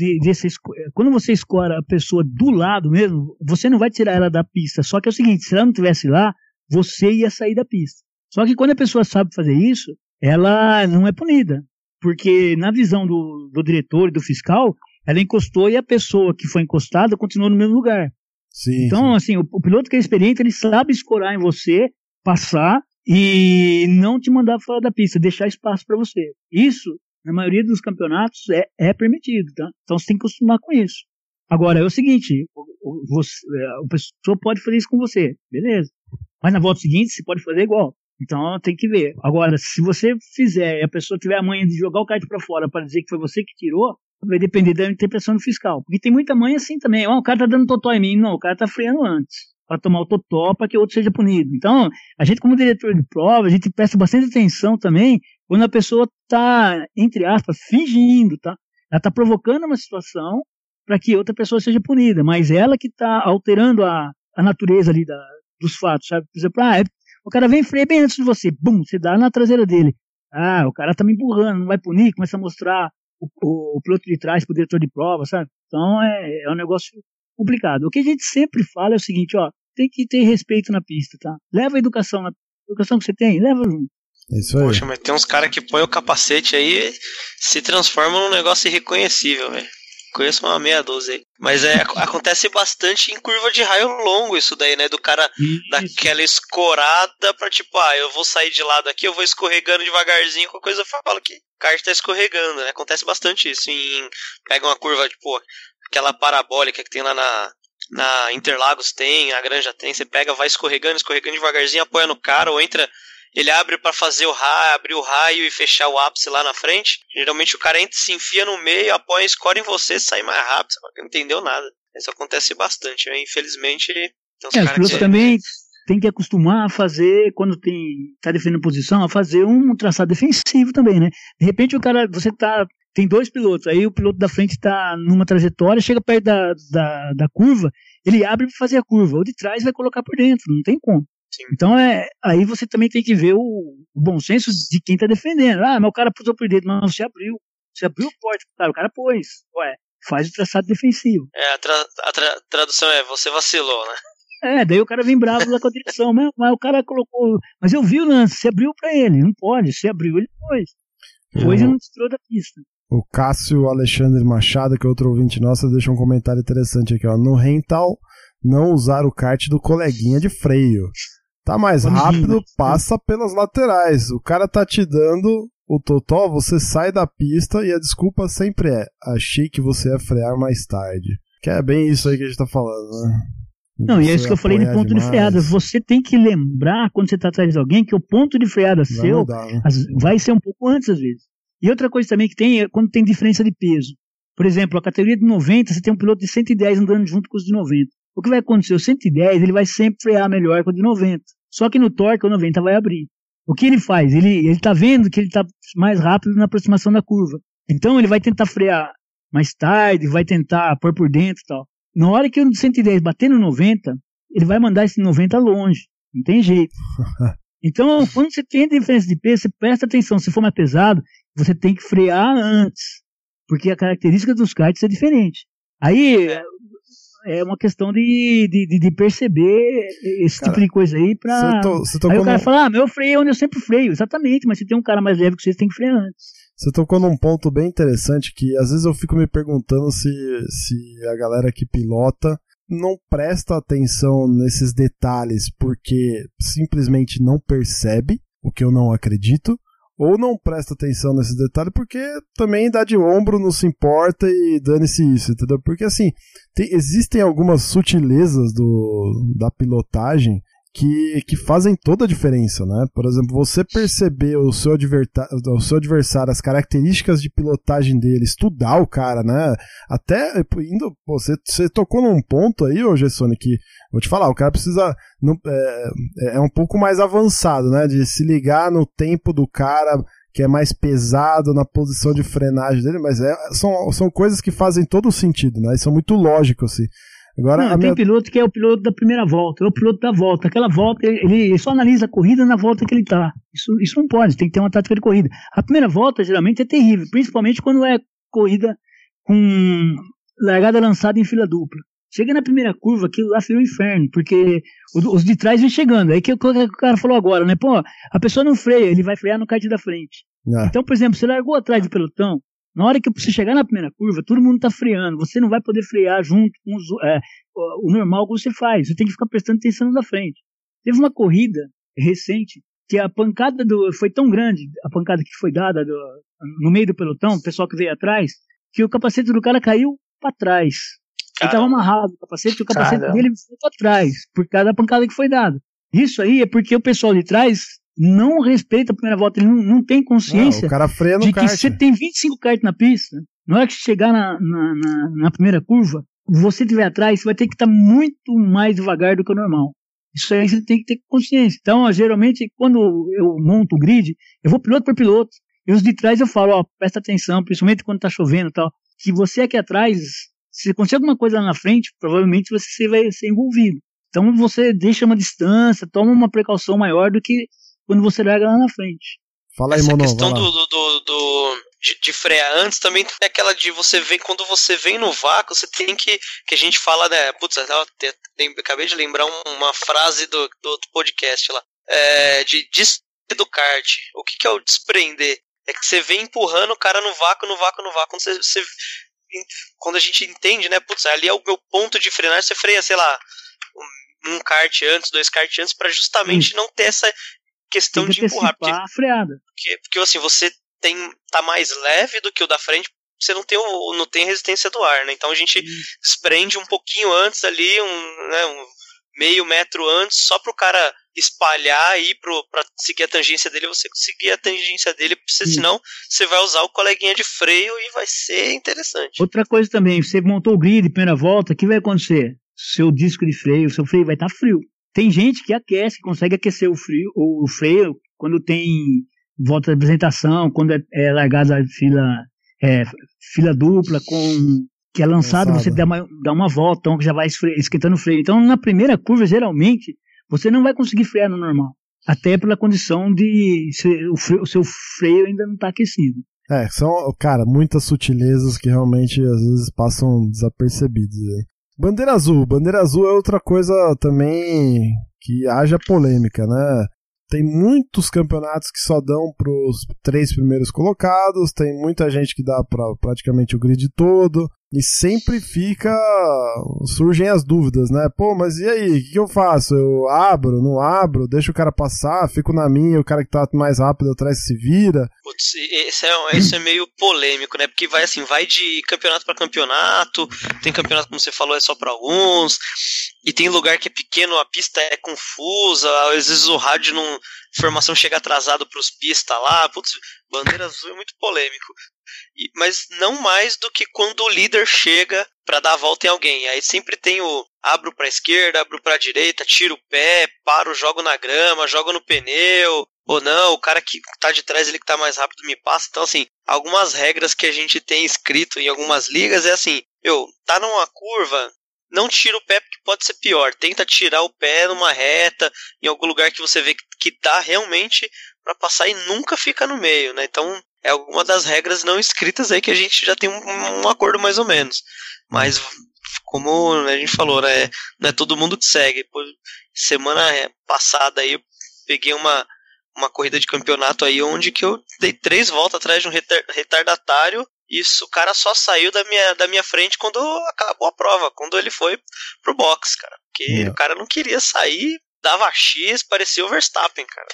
S5: quando você escora a pessoa do lado mesmo, você não vai tirar ela da pista. Só que é o seguinte, se ela não estivesse lá, você ia sair da pista. Só que quando a pessoa sabe fazer isso, ela não é punida. Porque na visão do diretor e do fiscal, ela encostou e a pessoa que foi encostada continuou no mesmo lugar.
S2: Sim,
S5: então, assim, o piloto que é experiente, ele sabe escorar em você, passar e não te mandar fora da pista, deixar espaço para você. Isso, na maioria dos campeonatos, é permitido, tá? Então você tem que acostumar com isso. Agora, é o seguinte, o pessoa pode fazer isso com você, beleza. Mas na volta seguinte, você pode fazer igual. Então tem que ver. Agora, se você fizer e a pessoa tiver a manha de jogar o kart para fora para dizer que foi você que tirou, vai depender da interpretação do fiscal. Porque tem muita mãe assim também. O cara tá dando totó em mim. Não, o cara tá freando antes. Para tomar o totó para que o outro seja punido. Então, a gente como diretor de prova, a gente presta bastante atenção também quando a pessoa tá, entre aspas, fingindo, tá? Ela tá provocando uma situação para que outra pessoa seja punida. Mas ela que tá alterando a natureza ali dos fatos, sabe? Por exemplo, o cara vem frear bem antes de você. Bum, você dá na traseira dele. O cara tá me empurrando, não vai punir, começa a mostrar o piloto de trás pro diretor de prova, sabe? Então é um negócio complicado. O que a gente sempre fala é o seguinte, tem que ter respeito na pista, tá? Leva a educação que você tem, leva junto.
S2: Isso aí.
S4: Poxa, mas tem uns caras que põem o capacete aí e se transformam num negócio irreconhecível, velho. Conheço uma meia dúzia aí. Mas acontece bastante em curva de raio longo isso daí, né? Do cara daquela escorada pra tipo, eu vou sair de lado aqui, eu vou escorregando devagarzinho, qualquer coisa eu falo que o kart tá escorregando, né? Acontece bastante isso. Pega uma curva, tipo, aquela parabólica que tem lá na Interlagos tem, a Granja tem, você pega, vai escorregando devagarzinho, apoia no cara, ou entra... Ele abre pra fazer abrir o raio e fechar o ápice lá na frente. Geralmente o cara se enfia no meio, apoia, escora em você, sai mais rápido. Você não entendeu nada. Isso acontece bastante, né? Infelizmente, tem uns
S5: os pilotos também tem que acostumar a fazer, quando tá defendendo posição, a fazer um traçado defensivo também, né? De repente você tem 2 pilotos, aí o piloto da frente tá numa trajetória, chega perto da curva, ele abre pra fazer a curva. O de trás vai colocar por dentro, não tem como.
S4: Sim.
S5: Então aí você também tem que ver o bom senso de quem tá defendendo. Mas o cara pusou por dentro, mas você abriu o porte, o cara pôs, faz o traçado defensivo.
S4: A tradução é, você vacilou, né?
S5: Daí o cara vem bravo lá com a direção, mas o cara colocou, mas eu vi o lance, você abriu pra ele, não pode, você abriu, ele pôs. Pois e não tirou da pista.
S2: O Cássio Alexandre Machado, que é outro ouvinte nosso, deixa um comentário interessante aqui, ó. No rental, não usar o kart do coleguinha de freio. Tá mais rápido, passa pelas laterais. O cara tá te dando o totó, você sai da pista e a desculpa sempre é: achei que você ia frear mais tarde. Que é bem isso aí que a gente tá falando, né?
S5: Não, e é isso que eu falei de ponto de freada. Você tem que lembrar, quando você tá atrás de alguém, que o ponto de freada seu
S2: mudar, né?
S5: vai ser um pouco antes, às vezes. E outra coisa também que tem é quando tem diferença de peso. Por exemplo, a categoria de 90, você tem um piloto de 110 andando junto com os de 90. O que vai acontecer? O 110, ele vai sempre frear melhor que o de 90. Só que no torque, o 90 vai abrir. O que ele faz? Ele tá vendo que ele tá mais rápido na aproximação da curva. Então ele vai tentar frear mais tarde, vai tentar pôr por dentro e tal. Na hora que o 110 bater no 90, ele vai mandar esse 90 longe. Não tem jeito. Então, quando você tem diferença de peso, você presta atenção. Se for mais pesado, você tem que frear antes. Porque a característica dos karts é diferente. Aí é uma questão de perceber esse tipo de coisa aí pra... Aí o cara fala, eu freiei onde eu sempre freio. Exatamente, mas se tem um cara mais leve que você tem que frear antes.
S2: Você tocou num ponto bem interessante que às vezes eu fico me perguntando se a galera que pilota não presta atenção nesses detalhes porque simplesmente não percebe, o que eu não acredito, ou não presta atenção nesses detalhes porque também dá de ombro, não se importa e dane-se isso, entendeu? Porque assim, existem algumas sutilezas da pilotagem que fazem toda a diferença, né? Por exemplo, você perceber o seu adversário, as características de pilotagem dele, estudar o cara, né? Até indo, você tocou num ponto aí, ô Gessone, que vou te falar, o cara precisa é um pouco mais avançado, né? De se ligar no tempo do cara que é mais pesado, na posição de frenagem dele, mas são coisas que fazem todo sentido, né? E são muito lógicos, assim. Agora,
S5: tem piloto que é o piloto da primeira volta, é o piloto da volta. Aquela volta, ele só analisa a corrida na volta que ele tá. Isso não pode, tem que ter uma tática de corrida. A primeira volta, geralmente, é terrível, principalmente quando é corrida com largada lançada em fila dupla. Chega na primeira curva, aquilo lá vira um inferno, porque os de trás vêm chegando. Aí que o cara falou agora, né? Pô, a pessoa não freia, ele vai frear no kart da frente. Então, por exemplo, você largou atrás do pelotão, na hora que você chegar na primeira curva, todo mundo está freando. Você não vai poder frear junto com o normal que você faz. Você tem que ficar prestando atenção na frente. Teve uma corrida recente que a pancada foi tão grande, a pancada que foi dada no meio do pelotão, o pessoal que veio atrás, que o capacete do cara caiu para trás. Ele estava amarrado no capacete e o capacete dele foi para trás, por causa da pancada que foi dada. Isso aí é porque o pessoal de trás não respeita a primeira volta, ele não tem consciência
S2: o cara freia no
S5: de
S2: kart.
S5: Que você tem 25 kart na pista, na hora que chegar na primeira curva, você estiver atrás, você vai ter que estar muito mais devagar do que o normal. Isso aí você tem que ter consciência. Então, geralmente, quando eu monto o grid, eu vou piloto por piloto, e os de trás eu falo, presta atenção, principalmente quando está chovendo e tal, que você aqui atrás, se acontecer alguma coisa lá na frente, provavelmente você vai ser envolvido. Então, você deixa uma distância, toma uma precaução maior do que quando você larga lá na frente.
S2: Fala aí,
S4: essa
S2: Mono,
S4: questão de frear antes também tem aquela de você ver, quando você vem no vácuo, você tem que a gente fala, né, putz, acabei de lembrar uma frase do outro podcast lá, de desprender do kart. O que é o desprender? É que você vem empurrando o cara no vácuo. Quando a gente entende, né, putz, ali é o meu ponto de frenagem, você freia, sei lá, um kart antes, 2 kart antes, pra justamente não ter essa questão de empurrar.
S5: Porque a freada.
S4: Porque assim, você tá mais leve do que o da frente, você não tem resistência do ar, né? Então a gente desprende um pouquinho antes ali, um meio metro antes, só pro cara espalhar e pra seguir a tangência dele, você conseguir a tangência dele, porque senão você vai usar o coleguinha de freio e vai ser interessante.
S5: Outra coisa também, você montou o grid, primeira volta, o que vai acontecer? Seu disco de freio, seu freio vai estar frio. Tem gente que aquece, consegue aquecer o freio quando tem volta de apresentação, quando é largada a fila dupla, que é lançado, você dá uma volta, então já vai esquentando o freio. Então, na primeira curva, geralmente, você não vai conseguir frear no normal. Até pela condição de o seu freio ainda não está aquecido.
S2: São, cara, muitas sutilezas que realmente às vezes passam desapercebidas. Bandeira azul é outra coisa também que haja polêmica, né? Tem muitos campeonatos que só dão pros 3 primeiros colocados, tem muita gente que dá pra praticamente o grid todo, e sempre surgem as dúvidas, né? Pô, mas e aí, o que eu faço? Eu abro, não abro, deixo o cara passar, fico na minha, o cara que tá mais rápido atrás se vira.
S4: Putz, isso é meio polêmico, né? Porque vai de campeonato pra campeonato, tem campeonato, como você falou, é só pra alguns, e tem lugar que é pequeno, a pista é confusa, às vezes o rádio não... informação chega atrasado pros pistas lá, putz, bandeira azul é muito polêmico. Mas não mais do que quando o líder chega pra dar a volta em alguém. Aí sempre tem abro pra esquerda, abro pra direita, tiro o pé, paro, jogo na grama, jogo no pneu, ou não, o cara que tá de trás, ele que tá mais rápido me passa. Então assim, algumas regras que a gente tem escrito em algumas ligas é assim, tá numa curva, não tira o pé porque pode ser pior, tenta tirar o pé numa reta, em algum lugar que você vê que dá realmente pra passar e nunca fica no meio, né? Então é alguma das regras não escritas aí que a gente já tem um acordo mais ou menos. Mas, como a gente falou, né, não é todo mundo que segue. Pô, semana passada aí eu peguei uma corrida de campeonato aí onde que eu dei 3 voltas atrás de um retardatário e o cara só saiu da minha frente quando acabou a prova, quando ele foi pro box, cara. Porque o cara não queria sair, dava X, parecia o Verstappen, cara.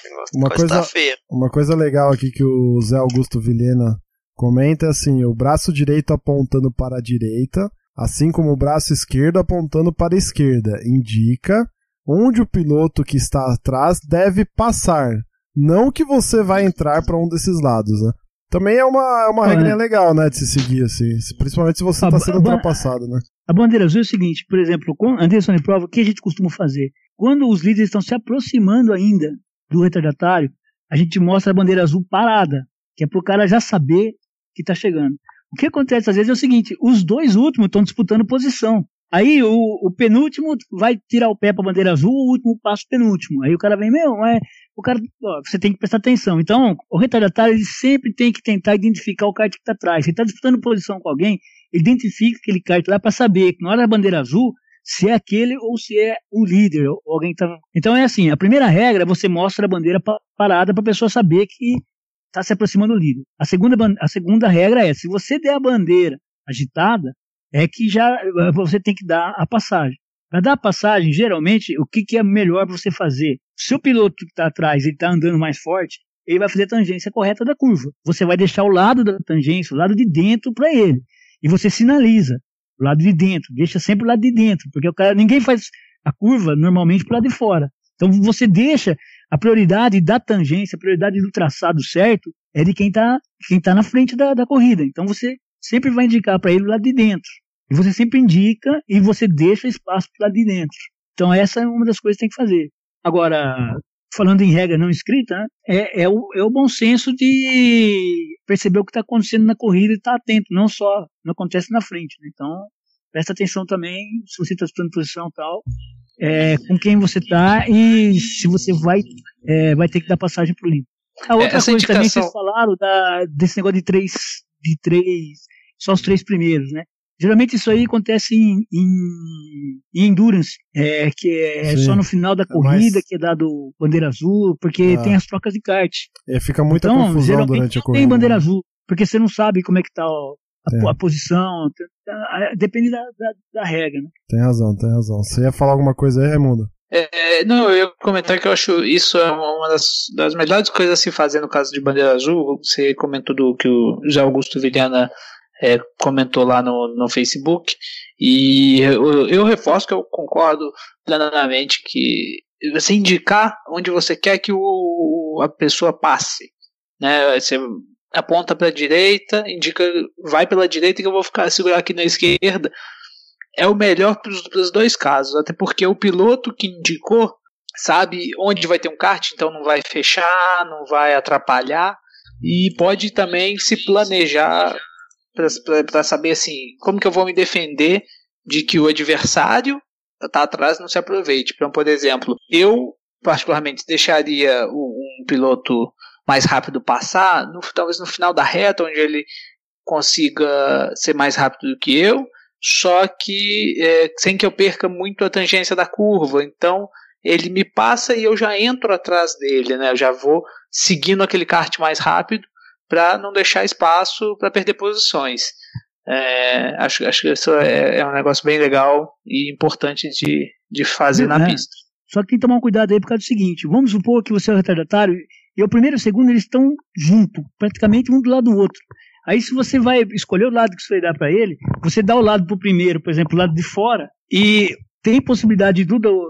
S2: Uma coisa legal aqui que o Zé Augusto Vilhena comenta é assim, o braço direito apontando para a direita, assim como o braço esquerdo apontando para a esquerda, indica onde o piloto que está atrás deve passar, não que você vai entrar para um desses lados, né? Também é uma regrinha legal, né, de se seguir, assim, principalmente se você está sendo ultrapassado, né?
S5: A bandeira azul é o seguinte, por exemplo, com Anderson de prova, o que a gente costuma fazer? Quando os líderes estão se aproximando ainda do retardatário, a gente mostra a bandeira azul parada, que é para o cara já saber que está chegando. O que acontece às vezes é o seguinte, os 2 últimos estão disputando posição. Aí o penúltimo vai tirar o pé para a bandeira azul, o último passa o penúltimo. Aí o cara vem, o cara, você tem que prestar atenção. Então, o retardatário ele sempre tem que tentar identificar o kart que está atrás. Se ele está disputando posição com alguém, ele identifica aquele kart lá para saber que na hora da bandeira azul, se é aquele ou se é o líder, ou alguém tá... Então é assim, a primeira regra, você mostra a bandeira parada para a pessoa saber que está se aproximando do líder. A segunda regra é, se você der a bandeira agitada, é que já você tem que dar a passagem. Para dar a passagem, geralmente, o que é melhor para você fazer? Se o piloto que está atrás está andando mais forte, ele vai fazer a tangência correta da curva. Você vai deixar o lado da tangência, o lado de dentro para ele. E você sinaliza o lado de dentro. Deixa sempre o lado de dentro, porque ninguém faz a curva normalmente para o lado de fora. Então você deixa a prioridade da tangência, a prioridade do traçado certo, é de quem tá na frente da corrida. Então você sempre vai indicar para ele o lado de dentro. E você sempre indica e você deixa espaço para o lado de dentro. Então essa é uma das coisas que tem que fazer. Agora, falando em regra não escrita, né, é o bom senso de perceber o que está acontecendo na corrida e estar atento, não acontece na frente. Né? Então, presta atenção também, se você está disputando posição e tal, com quem você está e se você vai ter que dar passagem para o líder. A outra coisa indicação... também que vocês falaram desse negócio de três, só os 3 primeiros, né? Geralmente isso aí acontece em endurance, que é só no final da corrida que é dado bandeira azul, porque tem as trocas de kart.
S2: Fica muita confusão durante a corrida.
S5: Tem bandeira azul, porque você não sabe como é que está a posição, depende da regra, né?
S2: Tem razão. Você ia falar alguma coisa aí, Raimundo?
S3: Não, eu ia comentar que eu acho isso é uma das melhores coisas a se fazer no caso de bandeira azul. Você comentou do que o José Augusto Vilhena comentou lá no Facebook, e eu reforço que eu concordo plenamente que você indicar onde você quer que a pessoa passe, né? Você aponta para a direita, indica, vai pela direita que eu vou segurar aqui na esquerda, é o melhor para os 2 casos, até porque o piloto que indicou sabe onde vai ter um kart, então não vai fechar, não vai atrapalhar, e pode também se planejar para saber assim, como que eu vou me defender de que o adversário está atrás não se aproveite. Então, por exemplo, eu particularmente deixaria um piloto mais rápido passar, talvez no final da reta, onde ele consiga ser mais rápido do que eu, só que sem que eu perca muito a tangência da curva. Então ele me passa e eu já entro atrás dele, né? Eu já vou seguindo aquele kart mais rápido para não deixar espaço para perder posições. Acho que isso é um negócio bem legal e importante de fazer na pista.
S5: Só que tem que tomar um cuidado aí por causa do seguinte: vamos supor que você é o retardatário e o primeiro e o segundo eles estão juntos, praticamente um do lado do outro. Aí se você vai escolher o lado que você vai dar para ele, você dá o lado pro primeiro, por exemplo, o lado de fora, e tem possibilidade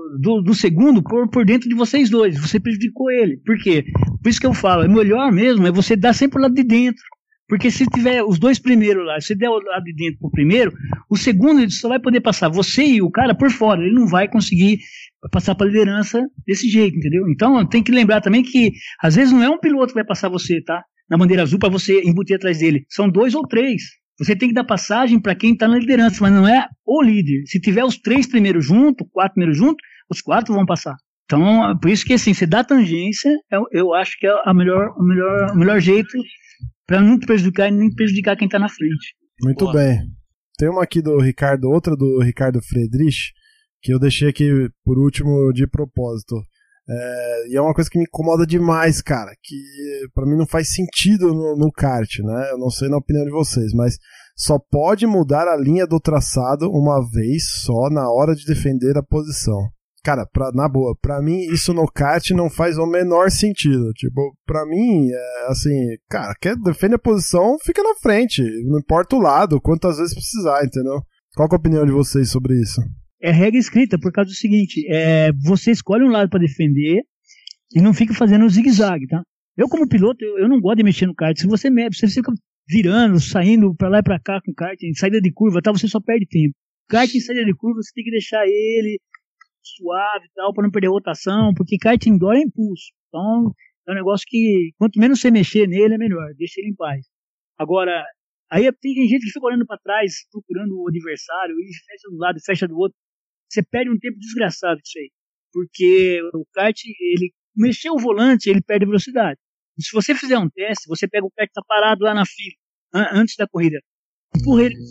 S5: do segundo por dentro de vocês dois. Você prejudicou ele. Por quê? Por isso que eu falo, é melhor mesmo é você dar sempre o lado de dentro. Porque se tiver os dois primeiros lá, se der o lado de dentro pro primeiro, o segundo ele só vai poder passar você e o cara por fora. Ele não vai conseguir passar para a liderança desse jeito, entendeu? Então tem que lembrar também que às vezes não é um piloto que vai passar você, tá? Na bandeira azul para você embutir atrás dele. São 2 ou 3. Você tem que dar passagem para quem está na liderança, mas não é o líder. Se tiver os 3 primeiros juntos, 4 primeiros juntos, os 4 vão passar. Então, por isso que assim, você dá tangência, eu acho que é o melhor jeito para não te prejudicar e nem prejudicar quem está na frente.
S2: Muito bem. Tem uma aqui do Ricardo, outra do Ricardo Friedrich, que eu deixei aqui por último de propósito. E é uma coisa que me incomoda demais, cara, que pra mim não faz sentido no kart, né? Eu não sei na opinião de vocês, mas só pode mudar a linha do traçado uma vez só na hora de defender a posição. Cara, na boa, pra mim isso no kart não faz o menor sentido. Tipo, pra mim, assim, cara, defende a posição, fica na frente, não importa o lado, quantas vezes precisar, entendeu? Qual que é a opinião de vocês sobre isso?
S5: É regra escrita por causa do seguinte, você escolhe um lado para defender e não fica fazendo zigue-zague, tá? Eu como piloto, eu não gosto de mexer no kart. Se você fica virando, saindo para lá e para cá com o kart, em saída de curva, tá, você só perde tempo. Kart em saída de curva, você tem que deixar ele suave e tal, para não perder rotação, porque kart indoor é impulso. Então, é um negócio que, quanto menos você mexer nele, é melhor. Deixa ele em paz. Agora, aí tem gente que fica olhando para trás, procurando o adversário, e fecha de um lado e fecha do outro. Você perde um tempo desgraçado com isso aí. Porque o kart, ele mexer o volante, ele perde velocidade. E se você fizer um teste, você pega o kart que tá parado lá na fila, antes da corrida, empurra ele,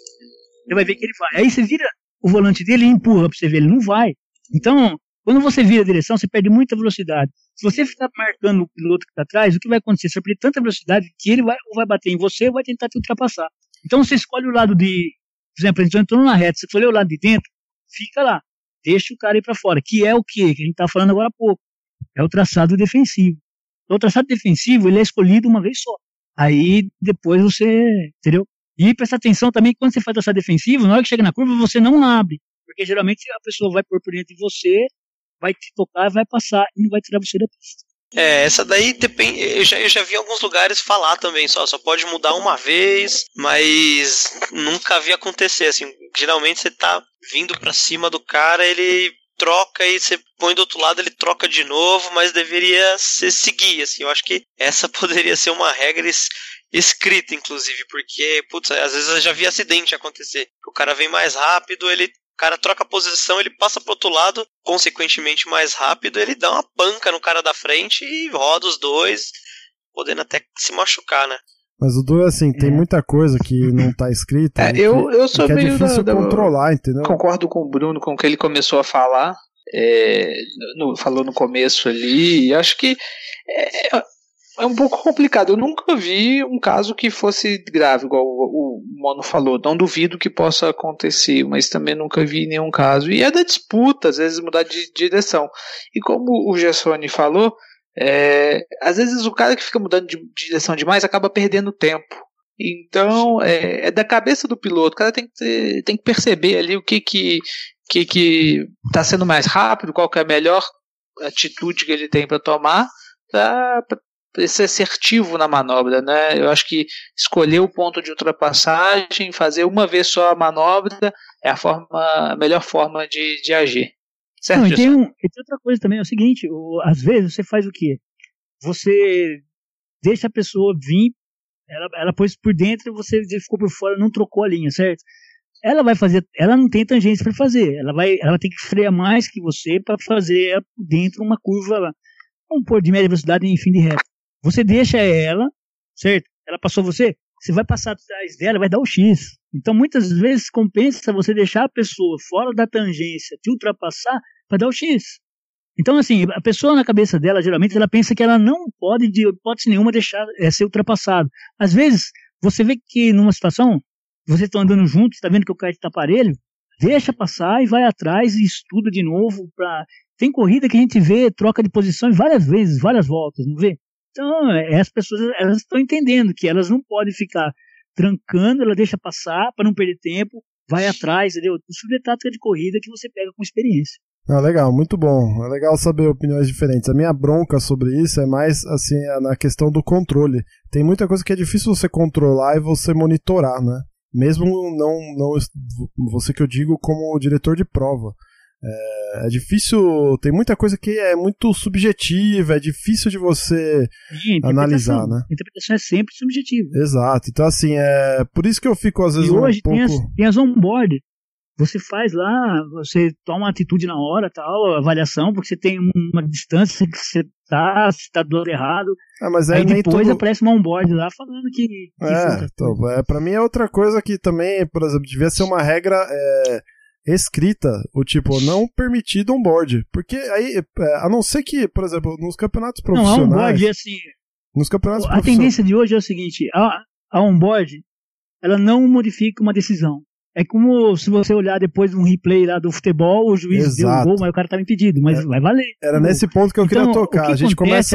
S5: você vai ver que ele vai. Aí você vira o volante dele e empurra pra você ver, ele não vai. Então, quando você vira a direção, você perde muita velocidade. Se você ficar marcando o piloto que tá atrás, o que vai acontecer? Você vai perder tanta velocidade que ele vai bater em você ou vai tentar te ultrapassar. Então você escolhe o lado de, por exemplo, a gente entrou na reta, você escolhe o lado de dentro, fica lá, deixa o cara ir para fora, que é o que a gente tá falando agora há pouco, é o traçado defensivo. Então, o traçado defensivo, ele é escolhido uma vez só, aí depois você, entendeu? E prestar atenção também que quando você faz traçado defensivo, na hora que chega na curva, você não abre, porque geralmente a pessoa vai por dentro de você, vai te tocar, vai passar e não vai tirar você da pista.
S4: Essa daí depende. Eu já vi em alguns lugares falar também, só pode mudar uma vez, mas nunca vi acontecer, assim. Geralmente você tá vindo pra cima do cara, ele troca e você põe do outro lado, ele troca de novo, mas deveria ser seguir, assim. Eu acho que essa poderia ser uma regra escrita, inclusive, porque, putz, às vezes eu já vi acidente acontecer. O cara vem mais rápido, o cara troca a posição, ele passa pro outro lado, consequentemente mais rápido, ele dá uma panca no cara da frente e roda os dois, podendo até se machucar, né?
S2: Mas o duro é assim, tem muita coisa que não tá escrita.
S3: Eu sou
S2: que
S3: meio
S2: é difícil controlar, entendeu?
S3: Concordo com o Bruno com o que ele começou a falar, falou no começo ali, e acho que é um pouco complicado. Eu nunca vi um caso que fosse grave, igual o Mono falou. Não duvido que possa acontecer, mas também nunca vi nenhum caso. E é da disputa, às vezes mudar de direção. E como o Gessoni falou, às vezes o cara que fica mudando de direção demais acaba perdendo tempo. Então, é da cabeça do piloto. O cara tem que perceber ali o que está sendo mais rápido, qual que é a melhor atitude que ele tem para tomar, para ser assertivo na manobra, né? Eu acho que escolher o ponto de ultrapassagem, fazer uma vez só a manobra é a melhor forma de agir. Certo?
S5: Não, e tem outra coisa também, é o seguinte, às vezes você faz o quê? Você deixa a pessoa vir, ela pôs por dentro e você ficou por fora, não trocou a linha, certo? Ela vai fazer, ela não tem tangência para fazer, ela tem que frear mais que você para fazer dentro uma curva, vamos pôr de média velocidade em fim de reta. Você deixa ela, certo? Ela passou você, você vai passar atrás dela, vai dar o X. Então, muitas vezes, compensa você deixar a pessoa fora da tangência, te ultrapassar, para dar o X. Então, assim, a pessoa na cabeça dela, geralmente, ela pensa que ela não pode, de hipótese nenhuma, deixar ser ultrapassado. Às vezes, você vê que numa situação, vocês estão andando juntos, está vendo que o kart está parelho, deixa passar e vai atrás e estuda de novo. Tem corrida que a gente vê troca de posição várias vezes, várias voltas, não vê? Então, as pessoas elas estão entendendo que elas não podem ficar trancando, ela deixa passar para não perder tempo, vai atrás, entendeu? Isso é tática de corrida que você pega com experiência.
S2: Legal, muito bom. É legal saber opiniões diferentes. A minha bronca sobre isso é mais assim, na questão do controle. Tem muita coisa que é difícil você controlar e você monitorar, né? Mesmo não você que eu digo como diretor de prova. É difícil, tem muita coisa que é muito subjetiva, é difícil de você analisar, né?
S5: A interpretação é sempre subjetiva.
S2: Exato, então assim, por isso que eu fico às vezes
S5: hoje
S2: um pouco...
S5: tem as on-board, você faz lá, você toma uma atitude na hora, tal, avaliação, porque você tem uma distância que você está do lado errado,
S2: mas
S5: aí depois aparece uma on-board lá falando que
S2: então, pra mim é outra coisa que também, por exemplo, devia ser uma regra... escrita, o tipo, não permitido on-board. Porque aí, a não ser que, por exemplo, nos campeonatos profissionais...
S5: Não, a on-board é assim...
S2: Nos campeonatos
S5: a tendência de hoje é o seguinte, a on-board, ela não modifica uma decisão. É como se você olhar depois de um replay lá do futebol, o juiz deu um gol, mas o cara estava impedido, mas vai valer.
S2: Era nesse ponto que eu queria tocar. A gente começa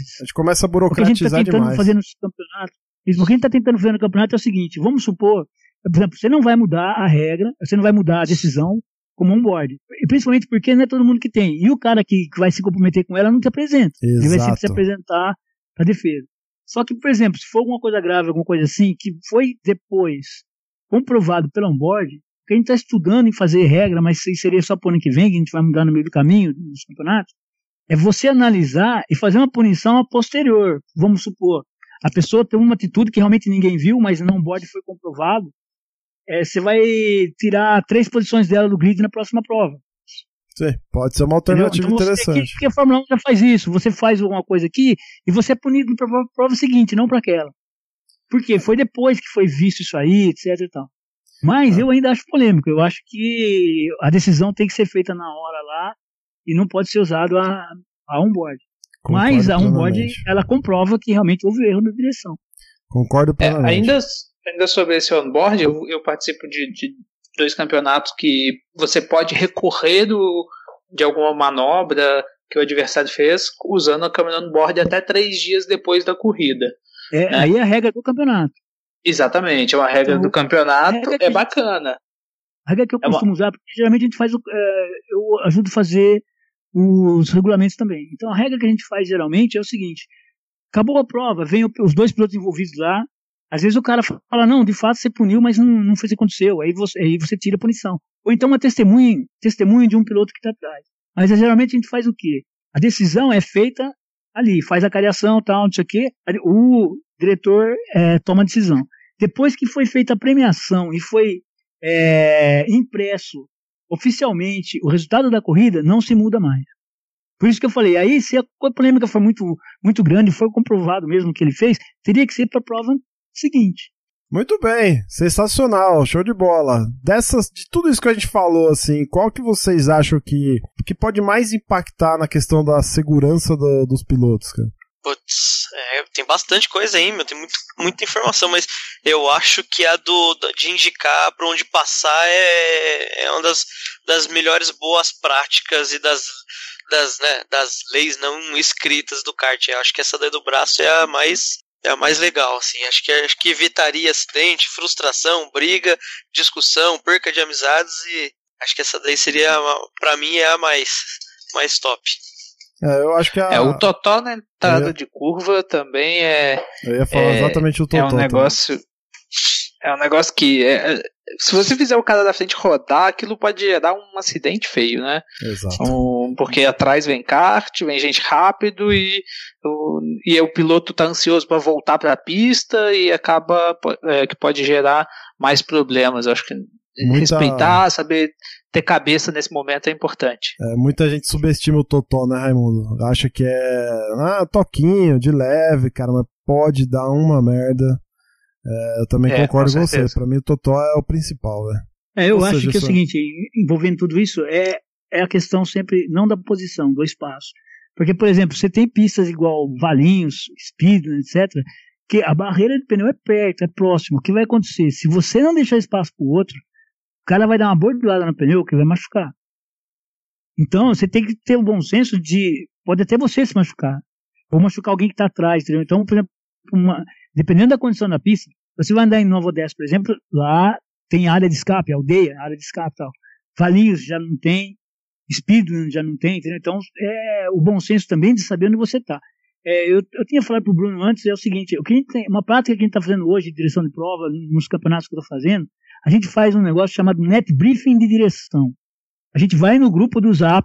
S2: a burocratizar demais.
S5: Fazer nos campeonatos, o que a gente está tentando fazer no campeonato é o seguinte, vamos supor, por exemplo, você não vai mudar a regra, você não vai mudar a decisão como on-board. E principalmente porque não é todo mundo que tem. E o cara que vai se comprometer com ela não se apresenta.
S2: Exato.
S5: Ele vai se apresentar para a defesa. Só que, por exemplo, se for alguma coisa grave, alguma coisa assim, que foi depois comprovado pelo on-board, que a gente está estudando em fazer regra, mas isso seria só para o ano que vem, que a gente vai mudar no meio do caminho nos campeonatos, é você analisar e fazer uma punição a posterior. Vamos supor, a pessoa tem uma atitude que realmente ninguém viu, mas no on-board foi comprovado, você vai tirar 3 posições dela do grid na próxima prova.
S2: Sim, pode ser uma alternativa então interessante.
S5: Porque a Fórmula 1 já faz isso, você faz alguma coisa aqui e você é punido para a prova seguinte, não para aquela. Por quê? Foi depois que foi visto isso aí, etc e tal. Mas eu ainda acho polêmico, eu acho que a decisão tem que ser feita na hora lá e não pode ser usado a on-board. Mas a on-board, ela comprova que realmente houve erro na direção.
S2: Concordo plenamente.
S3: Ainda sobre esse on-board, eu participo de 2 campeonatos que você pode recorrer de alguma manobra que o adversário fez usando a câmera on-board até 3 dias depois da corrida.
S5: Aí é a regra do campeonato.
S3: Exatamente, é uma regra do campeonato, é bacana.
S5: A regra que eu costumo usar, porque geralmente a gente faz, eu ajudo a fazer os regulamentos também. Então a regra que a gente faz geralmente é o seguinte, acabou a prova, vem os 2 pilotos envolvidos lá, às vezes o cara fala, não, de fato você puniu, mas não foi isso que aconteceu, aí você tira a punição. Ou então uma testemunha de um piloto que está atrás. Mas geralmente a gente faz o quê? A decisão é feita ali, faz a cariação, tal, não sei o quê, o diretor toma a decisão. Depois que foi feita a premiação e foi impresso oficialmente o resultado da corrida, não se muda mais. Por isso que eu falei, aí se a polêmica foi muito, muito grande, foi comprovado mesmo o que ele fez, teria que ser para a prova seguinte.
S2: Muito bem, sensacional, show de bola. De tudo isso que a gente falou, assim, qual que vocês acham que pode mais impactar na questão da segurança dos pilotos, cara?
S4: Putz, tem bastante coisa aí, tem muita informação, mas eu acho que a de indicar para onde passar é uma das melhores boas práticas e das leis não escritas do kart. Eu acho que essa daí do braço é a mais legal, assim. Acho que evitaria acidente, frustração, briga, discussão, perca de amizades, e acho que essa daí seria, pra mim, é a mais top.
S2: Eu acho que
S3: o totó na entrada de curva também
S2: eu ia falar exatamente o totó.
S3: É um negócio que se você fizer o cara da frente rodar, aquilo pode gerar um acidente feio, né?
S2: Exato.
S3: Porque atrás vem kart, vem gente rápido e o piloto tá ansioso para voltar para a pista e acaba que pode gerar mais problemas. Eu acho que respeitar, saber ter cabeça nesse momento é importante.
S2: Muita gente subestima o totó, né, Raimundo? Acha que toquinho, de leve, cara, mas pode dar uma merda. Eu também concordo com você. Pra mim o totó é o principal, velho.
S5: Eu acho que é o seguinte, envolvendo tudo isso, é a questão sempre, não da posição, do espaço. Porque, por exemplo, você tem pistas igual Valinhos, Speedway, etc., que a barreira de pneu é perto, é próximo. O que vai acontecer? Se você não deixar espaço pro outro, o cara vai dar uma bordoada no pneu que vai machucar. Então, você tem que ter o bom senso de, pode até você se machucar, ou machucar alguém que está atrás, entendeu? Então, por exemplo, dependendo da condição da pista, você vai andar em Nova Odessa, por exemplo, lá tem área de escape, aldeia, área de escape e tal. Valinhos já não tem, Speedway já não tem, entendeu? Então, o bom senso também de saber onde você está. Eu tinha falado para o Bruno antes, é o seguinte, uma prática que a gente está fazendo hoje de direção de prova, nos campeonatos que eu estou fazendo, a gente faz um negócio chamado Net Briefing de direção. A gente vai no grupo do Zap,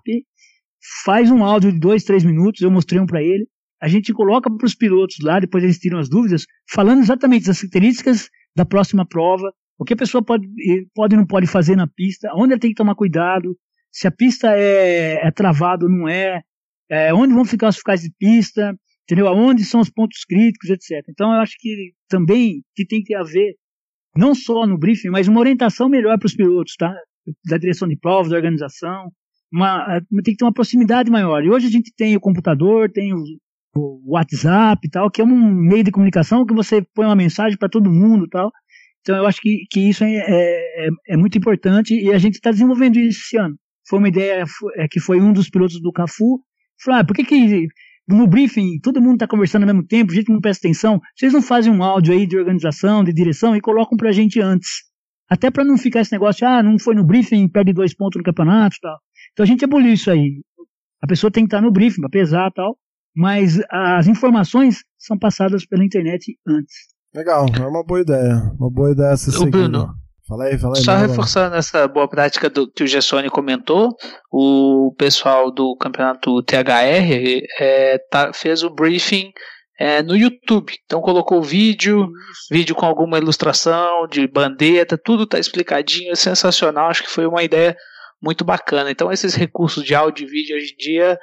S5: faz um áudio de 2-3 minutos, eu mostrei um para ele, a gente coloca para os pilotos lá, depois eles tiram as dúvidas, falando exatamente das características da próxima prova, o que a pessoa pode e não pode fazer na pista, onde ela tem que tomar cuidado, se a pista é travada ou não onde vão ficar os fiscais de pista, entendeu? Aonde são os pontos críticos, etc. Então eu acho que também que tem que haver, não só no briefing, mas uma orientação melhor para os pilotos, tá? Da direção de provas, da organização, tem que ter uma proximidade maior. E hoje a gente tem o computador, tem o WhatsApp e tal, que é um meio de comunicação que você põe uma mensagem para todo mundo e tal. Então eu acho que isso é muito importante e a gente está desenvolvendo isso esse ano. Foi uma ideia que foi um dos pilotos do Cafu, falou, por que no briefing todo mundo está conversando ao mesmo tempo, a gente não presta atenção, vocês não fazem um áudio aí de organização, de direção e colocam pra gente antes. Até para não ficar esse negócio, não foi no briefing, perde 2 pontos no campeonato e tal. Então a gente aboliu isso aí. A pessoa tem que estar no briefing para pesar e tal, mas as informações são passadas pela internet antes.
S2: Legal, é uma boa ideia essa seguida.
S3: Bruno,
S2: fala aí.
S3: Só reforçando essa boa prática que o Gessoni comentou, o pessoal do campeonato THR fez o briefing no YouTube. Então colocou vídeo com alguma ilustração de bandeira, tudo está explicadinho, é sensacional. Acho que foi uma ideia muito bacana. Então esses recursos de áudio e vídeo hoje em dia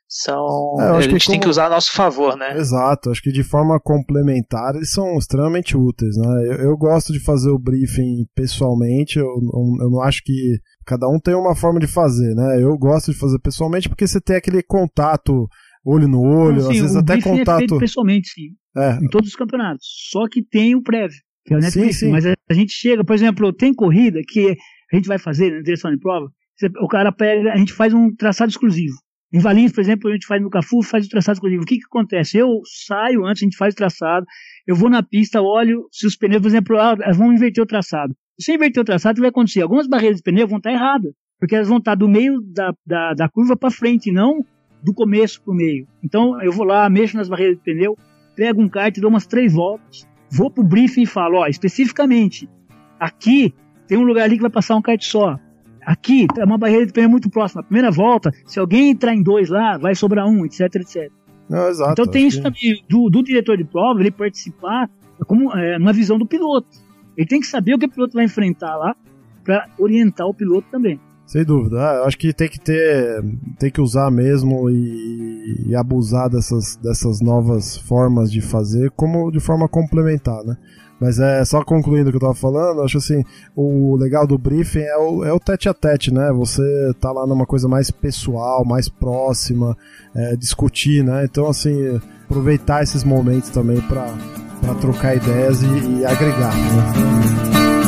S3: a gente tem que usar a nosso favor, né?
S2: Exato, acho que de forma complementar eles são extremamente úteis, né? Eu gosto de fazer o briefing pessoalmente, eu não acho que cada um tem uma forma de fazer, né? Eu gosto de fazer pessoalmente porque você tem aquele contato olho no olho, às vezes até contato...
S5: É feito pessoalmente, sim, em todos os campeonatos, só que tem o prévio, que é o net briefing, mas a gente chega, por exemplo, tem corrida que a gente vai fazer na direção de prova, o cara pega, a gente faz um traçado exclusivo. Em Valinhos, por exemplo, a gente faz no Cafu, faz o traçado exclusivo. O que acontece? Eu saio antes, a gente faz o traçado, eu vou na pista, olho se os pneus, por exemplo, elas vão inverter o traçado. Se inverter o traçado, o que vai acontecer? Algumas barreiras de pneu vão estar erradas, porque elas vão estar do meio da curva para frente, não do começo para o meio. Então, eu vou lá, mexo nas barreiras de pneu, pego um kart, dou umas 3 voltas, vou pro briefing e falo, especificamente, aqui tem um lugar ali que vai passar um kart só. Aqui é uma barreira de pneu muito próxima. A primeira volta, se alguém entrar em 2 lá, vai sobrar 1, etc, etc.
S2: Não, exato,
S5: então tem isso também, do diretor de prova, ele participar como numa visão do piloto. Ele tem que saber o que o piloto vai enfrentar lá para orientar o piloto também.
S2: Sem dúvida, eu acho que tem que usar mesmo e abusar dessas novas formas de fazer como de forma complementar, né? Mas só concluindo o que eu tava falando, acho assim, o legal do briefing é o tete-a-tete, né? Você tá lá numa coisa mais pessoal, mais próxima, discutir, né? Então, assim, aproveitar esses momentos também pra trocar ideias e agregar, né?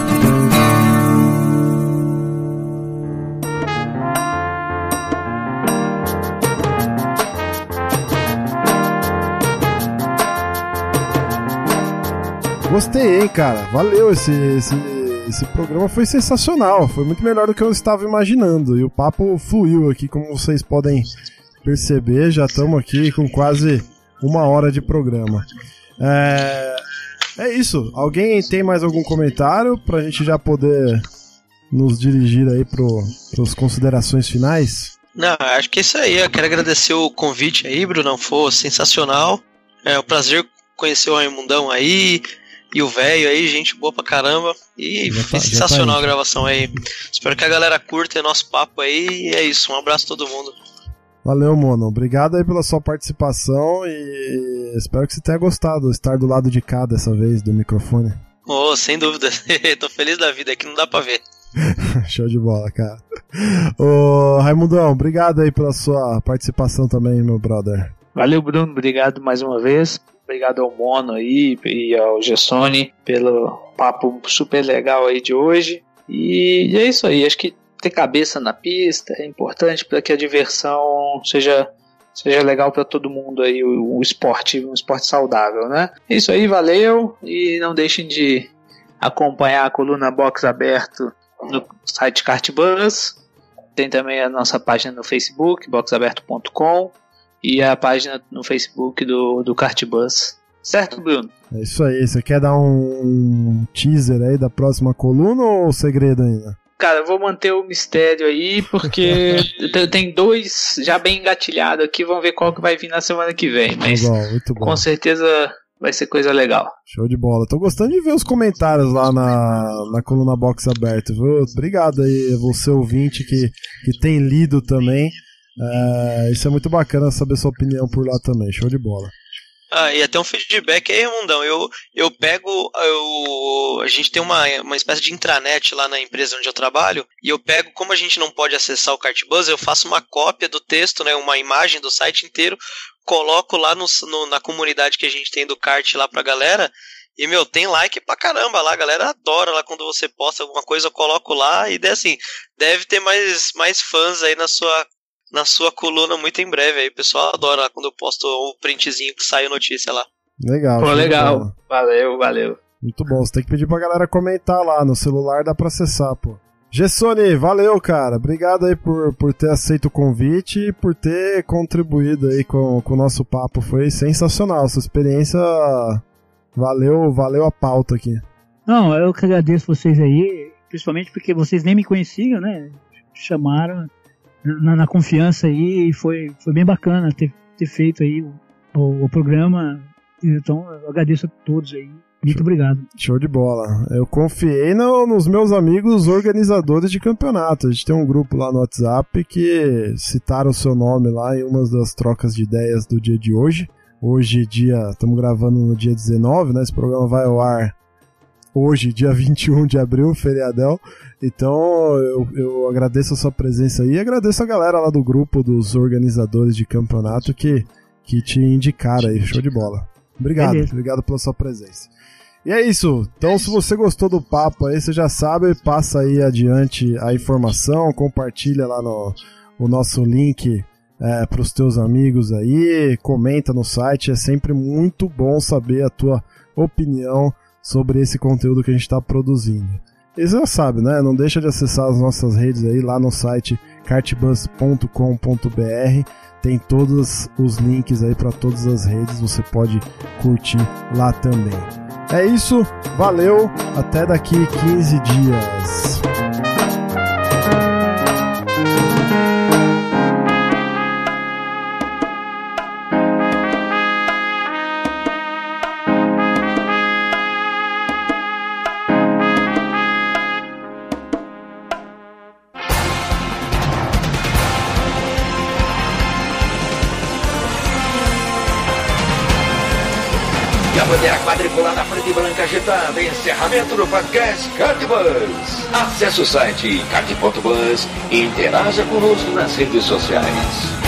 S2: Gostei, hein, cara? Valeu, esse programa foi sensacional, foi muito melhor do que eu estava imaginando, e o papo fluiu aqui, como vocês podem perceber, já estamos aqui com quase 1 hora de programa. É isso, alguém tem mais algum comentário pra gente já poder nos dirigir aí pras considerações finais?
S4: Não, acho que é isso aí, eu quero agradecer o convite aí, Bruno, foi sensacional, é um prazer conhecer o Raimundão aí, e o velho aí, gente boa pra caramba. E foi sensacional a gravação aí. Espero que a galera curta nosso papo aí. E é isso, um abraço a todo mundo.
S2: Valeu, Mono. Obrigado aí pela sua participação. E espero que você tenha gostado de estar do lado de cá dessa vez do microfone.
S4: Oh, sem dúvida. Tô feliz da vida, aqui não dá pra ver.
S2: Show de bola, cara. Ô, Raimundão, obrigado aí pela sua participação também, meu brother.
S3: Valeu, Bruno, obrigado mais uma vez. Obrigado ao Mono aí e ao Gessone pelo papo super legal aí de hoje. E é isso aí, acho que ter cabeça na pista é importante para que a diversão seja legal para todo mundo aí, um esporte saudável, né? É isso aí, valeu, e não deixem de acompanhar a coluna Box Aberto no site Kartbus. Tem também a nossa página no Facebook, boxaberto.com, e a página no Facebook do Kartbus. Certo, Bruno?
S2: É isso aí. Você quer dar um teaser aí da próxima coluna ou segredo ainda?
S3: Cara, eu vou manter o mistério aí, porque tem 2 já bem engatilhados aqui, vamos ver qual que vai vir na semana que vem. Mas
S2: muito bom.
S3: Com certeza vai ser coisa legal.
S2: Show de bola. Tô gostando de ver os comentários lá na coluna Box Aberto, viu? Obrigado aí, você ouvinte que tem lido também. Isso é muito bacana saber sua opinião por lá também. Show de bola.
S4: E até um feedback aí, Raimundão. Eu pego. A gente tem uma espécie de intranet lá na empresa onde eu trabalho. E eu pego, como a gente não pode acessar o Kartbus, eu faço uma cópia do texto, né, uma imagem do site inteiro, coloco lá na comunidade que a gente tem do kart lá pra galera. E, tem like pra caramba lá. A galera adora lá quando você posta alguma coisa, eu coloco lá. E assim, deve ter mais fãs aí na sua coluna muito em breve aí. O pessoal adora quando eu posto o printzinho que saiu notícia lá.
S2: Legal.
S3: Pô, legal. Valeu.
S2: Muito bom. Você tem que pedir pra galera comentar lá. No celular dá pra acessar, pô. Gessone, valeu, cara. Obrigado aí por ter aceito o convite e por ter contribuído aí com o nosso papo. Foi sensacional. Sua experiência valeu a pauta aqui.
S5: Não, eu que agradeço vocês aí, principalmente porque vocês nem me conheciam, né? Chamaram na confiança aí, e foi bem bacana ter feito aí o programa. Então eu agradeço a todos aí. Muito obrigado.
S2: Show de bola. Eu confiei nos meus amigos organizadores de campeonato. A gente tem um grupo lá no WhatsApp que citaram o seu nome lá em uma das trocas de ideias do dia de hoje. Hoje, estamos gravando no dia 19, né? Esse programa vai ao ar hoje, dia 21 de abril, feriadão. Então eu agradeço a sua presença aí e agradeço a galera lá do grupo dos organizadores de campeonato que te indicaram aí. Show de bola. Obrigado pela sua presença. E é isso. Então, se você gostou do papo aí, você já sabe, passa aí adiante a informação, compartilha lá o nosso link para os teus amigos aí, comenta no site. É sempre muito bom saber a tua opinião sobre esse conteúdo que a gente está produzindo. E você já sabe, né? Não deixa de acessar as nossas redes aí lá no site kartbus.com.br. Tem todos os links aí para todas as redes, você pode curtir lá também. É isso, valeu, até daqui 15 dias.
S1: A bandeira quadriculada preta e branca agitada. Encerramento do podcast Kartbus. Acesse o site kart.bus e interaja conosco nas redes sociais.